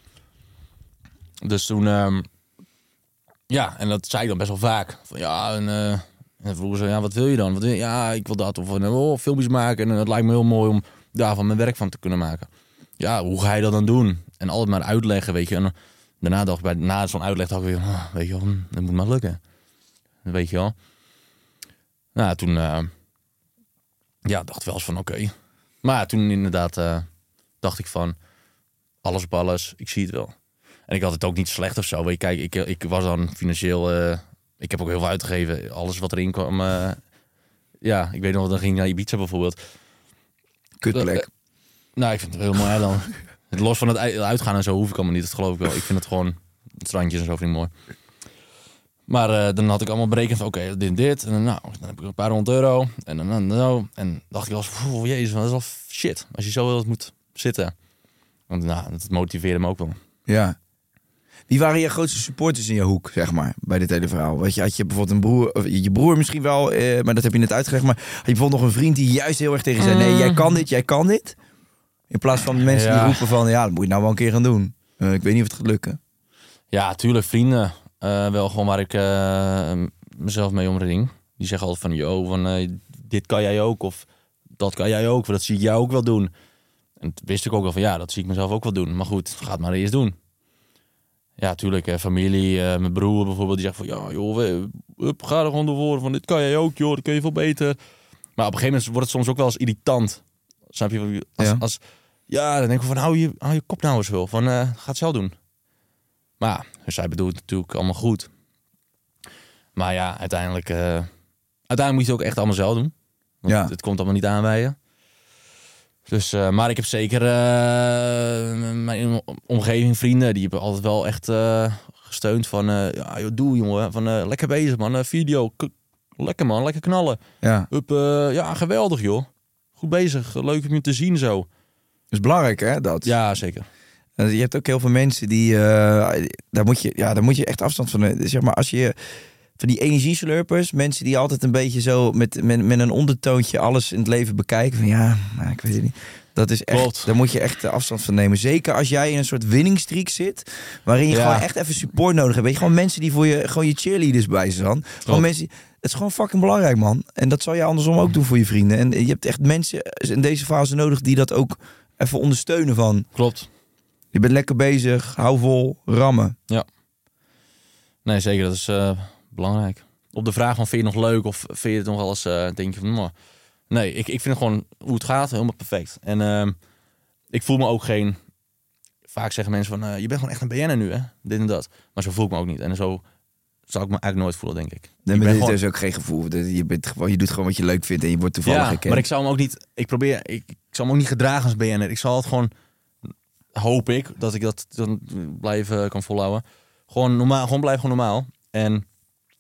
[SPEAKER 4] Dus toen, ja, en dat zei ik dan best wel vaak. Van, ja, en vroegen ze, ja, wat wil je dan? Wat wil je? Ja, ik wil dat. Of filmpjes maken. En het lijkt me heel mooi om daarvan mijn werk van te kunnen maken. Ja, hoe ga je dat dan doen? En altijd maar uitleggen, weet je. En daarna dacht ik, na zo'n uitleg dacht ik weer, weet je wel, dat moet maar lukken. Weet je wel. Nou, toen dacht ik wel eens van oké. Maar toen inderdaad dacht ik van, alles op alles, ik zie het wel. En ik had het ook niet slecht of zo. Weet je, kijk, ik was dan financieel, ik heb ook heel veel uitgegeven. Alles wat erin kwam, ja, ik weet nog, dan ging ik naar Ibiza bijvoorbeeld.
[SPEAKER 5] Kutplek.
[SPEAKER 4] Nou, ik vind het heel mooi dan. Los van het uitgaan en zo hoef ik allemaal niet, dat geloof ik wel. Ik vind het gewoon, strandjes en zo vind ik mooi. Maar dan had ik allemaal berekend van oké, dit. En dan heb ik een paar €100. En dan zo. En dacht ik wel eens, jezus, dat is wel shit. Als je zo moet zitten. Want nou, dat motiveerde me ook wel.
[SPEAKER 5] Ja. Wie waren je grootste supporters in je hoek, zeg maar, bij dit hele verhaal? Had je bijvoorbeeld een broer, of je broer misschien wel, maar dat heb je net uitgelegd. Maar had je bijvoorbeeld nog een vriend die juist heel erg tegen zei, nee, jij kan dit. In plaats van mensen die roepen van, ja, dat moet je nou wel een keer gaan doen. Ik weet niet of het gaat lukken.
[SPEAKER 4] Ja, tuurlijk, vrienden. Wel gewoon waar ik mezelf mee omring. Die zeggen altijd van, dit kan jij ook. Of dat kan jij ook. Dat zie ik jou ook wel doen. En dat wist ik ook wel van, ja, dat zie ik mezelf ook wel doen. Maar goed, ga het maar eerst doen. Ja, tuurlijk, familie, mijn broer bijvoorbeeld, die zegt van, ja, joh, ga er gewoon door. Van, dit kan jij ook, joh, dat kun je veel beter. Maar op een gegeven moment wordt het soms ook wel eens irritant. Snap je? Ja, dan denk ik van, hou je kop nou eens wel. Van, ga het zelf doen. Maar ja, dus zij bedoelt het natuurlijk allemaal goed. Maar ja, uiteindelijk moet je het ook echt allemaal zelf doen. Want het komt allemaal niet aan bij je. Dus, maar ik heb zeker mijn omgeving, vrienden, die hebben altijd wel echt gesteund van, ja, joh, doe jongen, van lekker bezig man, video, lekker man, lekker knallen.
[SPEAKER 5] Ja.
[SPEAKER 4] Ja, geweldig joh. Goed bezig, leuk om je te zien zo.
[SPEAKER 5] Dat is belangrijk hè, dat?
[SPEAKER 4] Ja, zeker.
[SPEAKER 5] Je hebt ook heel veel mensen die, daar moet je echt afstand van, zeg maar, als je van die energieslurpers, mensen die altijd een beetje zo met een ondertoontje alles in het leven bekijken. Van ja, nou, ik weet het niet. Dat is echt,
[SPEAKER 4] klopt.
[SPEAKER 5] Daar moet je echt afstand van nemen. Zeker als jij in een soort winningstreak zit, waarin je gewoon echt even support nodig hebt. Weet je, gewoon mensen die voor je, gewoon je cheerleaders bij zijn. Gewoon mensen, het is gewoon fucking belangrijk, man. En dat zal je andersom ook doen voor je vrienden. En je hebt echt mensen in deze fase nodig die dat ook even ondersteunen van.
[SPEAKER 4] Klopt.
[SPEAKER 5] Je bent lekker bezig, hou vol, rammen.
[SPEAKER 4] Ja. Nee, zeker, dat is belangrijk. Op de vraag van, vind je het nog leuk of vind je het nog wel eens, denk je van, nee, ik vind het gewoon hoe het gaat helemaal perfect. En ik voel me ook geen, vaak zeggen mensen van, je bent gewoon echt een BN'er nu, hè, dit en dat. Maar zo voel ik me ook niet. En zo zou ik me eigenlijk nooit voelen, denk ik.
[SPEAKER 5] Nee, maar dit is ook geen gevoel. Je doet gewoon wat je leuk vindt en je wordt toevallig gekend.
[SPEAKER 4] Maar ik zou hem ook niet, ik zou me ook niet gedragen als BN'er. Ik zal het gewoon, hoop ik, dat ik dat dan blijven kan volhouden. Gewoon normaal, gewoon blijf gewoon normaal. En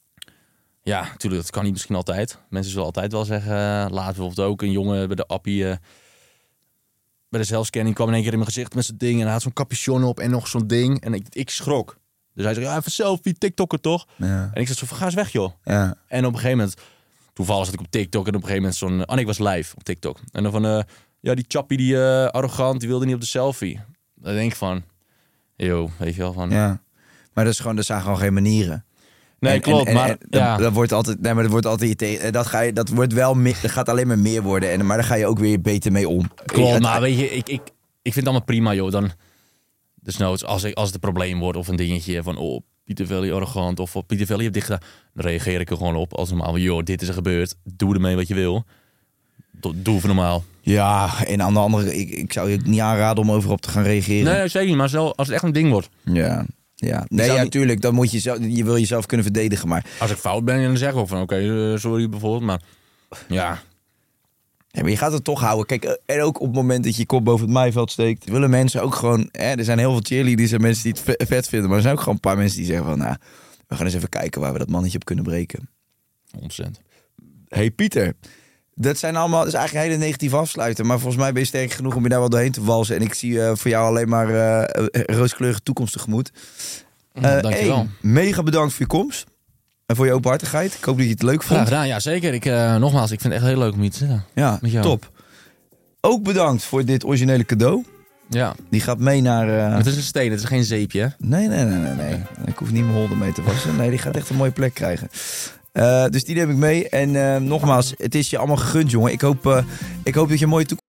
[SPEAKER 4] Ja, natuurlijk, dat kan niet misschien altijd. Mensen zullen altijd wel zeggen... laat bijvoorbeeld ook een jongen bij de appie... bij de zelfscanning kwam in één keer in mijn gezicht met zo'n ding... en hij had zo'n capuchon op en nog zo'n ding. En ik schrok. Dus hij zei, ja, even selfie, TikToker toch?
[SPEAKER 5] Ja.
[SPEAKER 4] En ik zei zo van, ga eens weg, joh.
[SPEAKER 5] Ja.
[SPEAKER 4] En op een gegeven moment... Toevallig zat ik op TikTok en op een gegeven moment zo'n... ik was live op TikTok. En dan van... ja, die chappie, die arrogant, die wilde niet op de selfie. Dan denk ik van... Yo, weet je wel, van...
[SPEAKER 5] Ja. Maar dat zijn gewoon geen manieren.
[SPEAKER 4] Nee, klopt, maar...
[SPEAKER 5] Dat wordt altijd... Nee, maar dat wordt altijd... Dat wordt wel... Dat gaat alleen maar meer worden. Maar daar ga je ook weer beter mee om.
[SPEAKER 4] Klopt, maar weet je... Ik vind het allemaal prima, joh. Dan... Desnoods, als het een probleem wordt of een dingetje van... Oh, Pieter Velli arrogant of Pieter Velli heeft dit gedaan. Dan reageer ik er gewoon op. Als normaal, joh, dit is er gebeurd. Doe ermee wat je wil. Doe even normaal.
[SPEAKER 5] Ja, en aan de andere... Ik zou je niet aanraden om overal op te gaan reageren.
[SPEAKER 4] Nee, zeker niet. Maar als het echt een ding wordt.
[SPEAKER 5] Ja. Nee, natuurlijk. Dan moet je wil jezelf kunnen verdedigen. Maar
[SPEAKER 4] als ik fout ben, dan zeg ik ook van... Oké, sorry bijvoorbeeld. Maar ja...
[SPEAKER 5] Ja, maar je gaat het toch houden. Kijk, en ook op het moment dat je kop boven het maaiveld steekt... willen mensen ook gewoon... er zijn heel veel cheerleaders en mensen die het vet vinden... maar er zijn ook gewoon een paar mensen die zeggen van... nou, we gaan eens even kijken waar we dat mannetje op kunnen breken.
[SPEAKER 4] 100%.
[SPEAKER 5] Hey Pieter, dat is eigenlijk een hele negatieve afsluiter... maar volgens mij ben je sterk genoeg om je daar wel doorheen te walsen... en ik zie voor jou alleen maar rooskleurige toekomst tegemoet.
[SPEAKER 4] Dankjewel.
[SPEAKER 5] Mega bedankt voor je komst. En voor je openhartigheid. Ik hoop dat je het leuk vond.
[SPEAKER 4] Graag gedaan, ja zeker. Nogmaals, ik vind het echt heel leuk om hier te zitten.
[SPEAKER 5] Ja,
[SPEAKER 4] met jou.
[SPEAKER 5] Top. Ook bedankt voor dit originele cadeau.
[SPEAKER 4] Ja.
[SPEAKER 5] Die gaat mee naar...
[SPEAKER 4] Het is een steen, het is geen zeepje, hè?
[SPEAKER 5] Nee. Ik hoef niet mijn holder mee te wassen. Nee, die gaat echt een mooie plek krijgen. Dus die neem ik mee. En nogmaals, het is je allemaal gegund, jongen. Ik hoop dat je een mooie toekomst...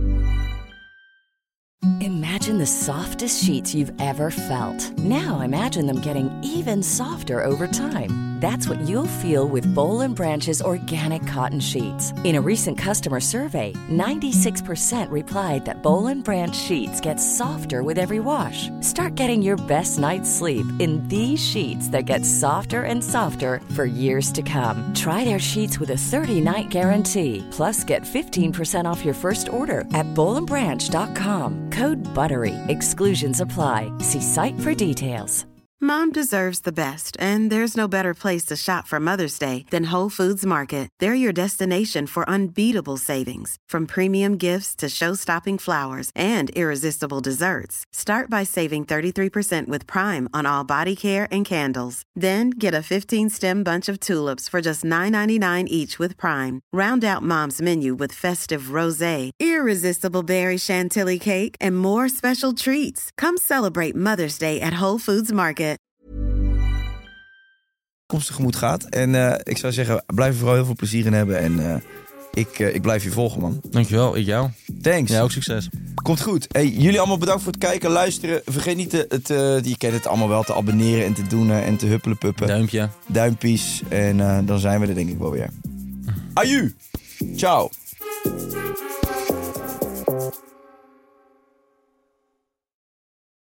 [SPEAKER 8] Imagine the softest sheets you've ever felt. Now imagine them getting even softer over time. That's what you'll feel with Boll & Branch's organic cotton sheets. In a recent customer survey, 96% replied that Boll & Branch sheets get softer with every wash. Start getting your best night's sleep in these sheets that get softer and softer for years to come. Try their sheets with a 30-night guarantee. Plus, get 15% off your first order at bollandbranch.com. Code BUTTERY. Exclusions apply. See site for details.
[SPEAKER 9] Mom deserves the best, and there's no better place to shop for Mother's Day than Whole Foods Market. They're your destination for unbeatable savings, from premium gifts to show-stopping flowers and irresistible desserts. Start by saving 33% with Prime on all body care and candles. Then get a 15-stem bunch of tulips for just $9.99 each with Prime. Round out Mom's menu with festive rosé, irresistible berry chantilly cake, and more special treats. Come celebrate Mother's Day at Whole Foods Market.
[SPEAKER 5] tegemoet gaat. En ik zou zeggen, blijf er vooral heel veel plezier in hebben. En ik blijf je volgen, man.
[SPEAKER 4] Dankjewel, ik jou.
[SPEAKER 5] Thanks.
[SPEAKER 4] Ja, ook succes.
[SPEAKER 5] Komt goed. Hey, jullie allemaal bedankt voor het kijken, luisteren. Vergeet niet, je kent het allemaal wel, te abonneren en te doen en te huppelen puppen.
[SPEAKER 4] Duimpje.
[SPEAKER 5] Duimpies. En dan zijn we er denk ik wel weer. Aju. Ciao.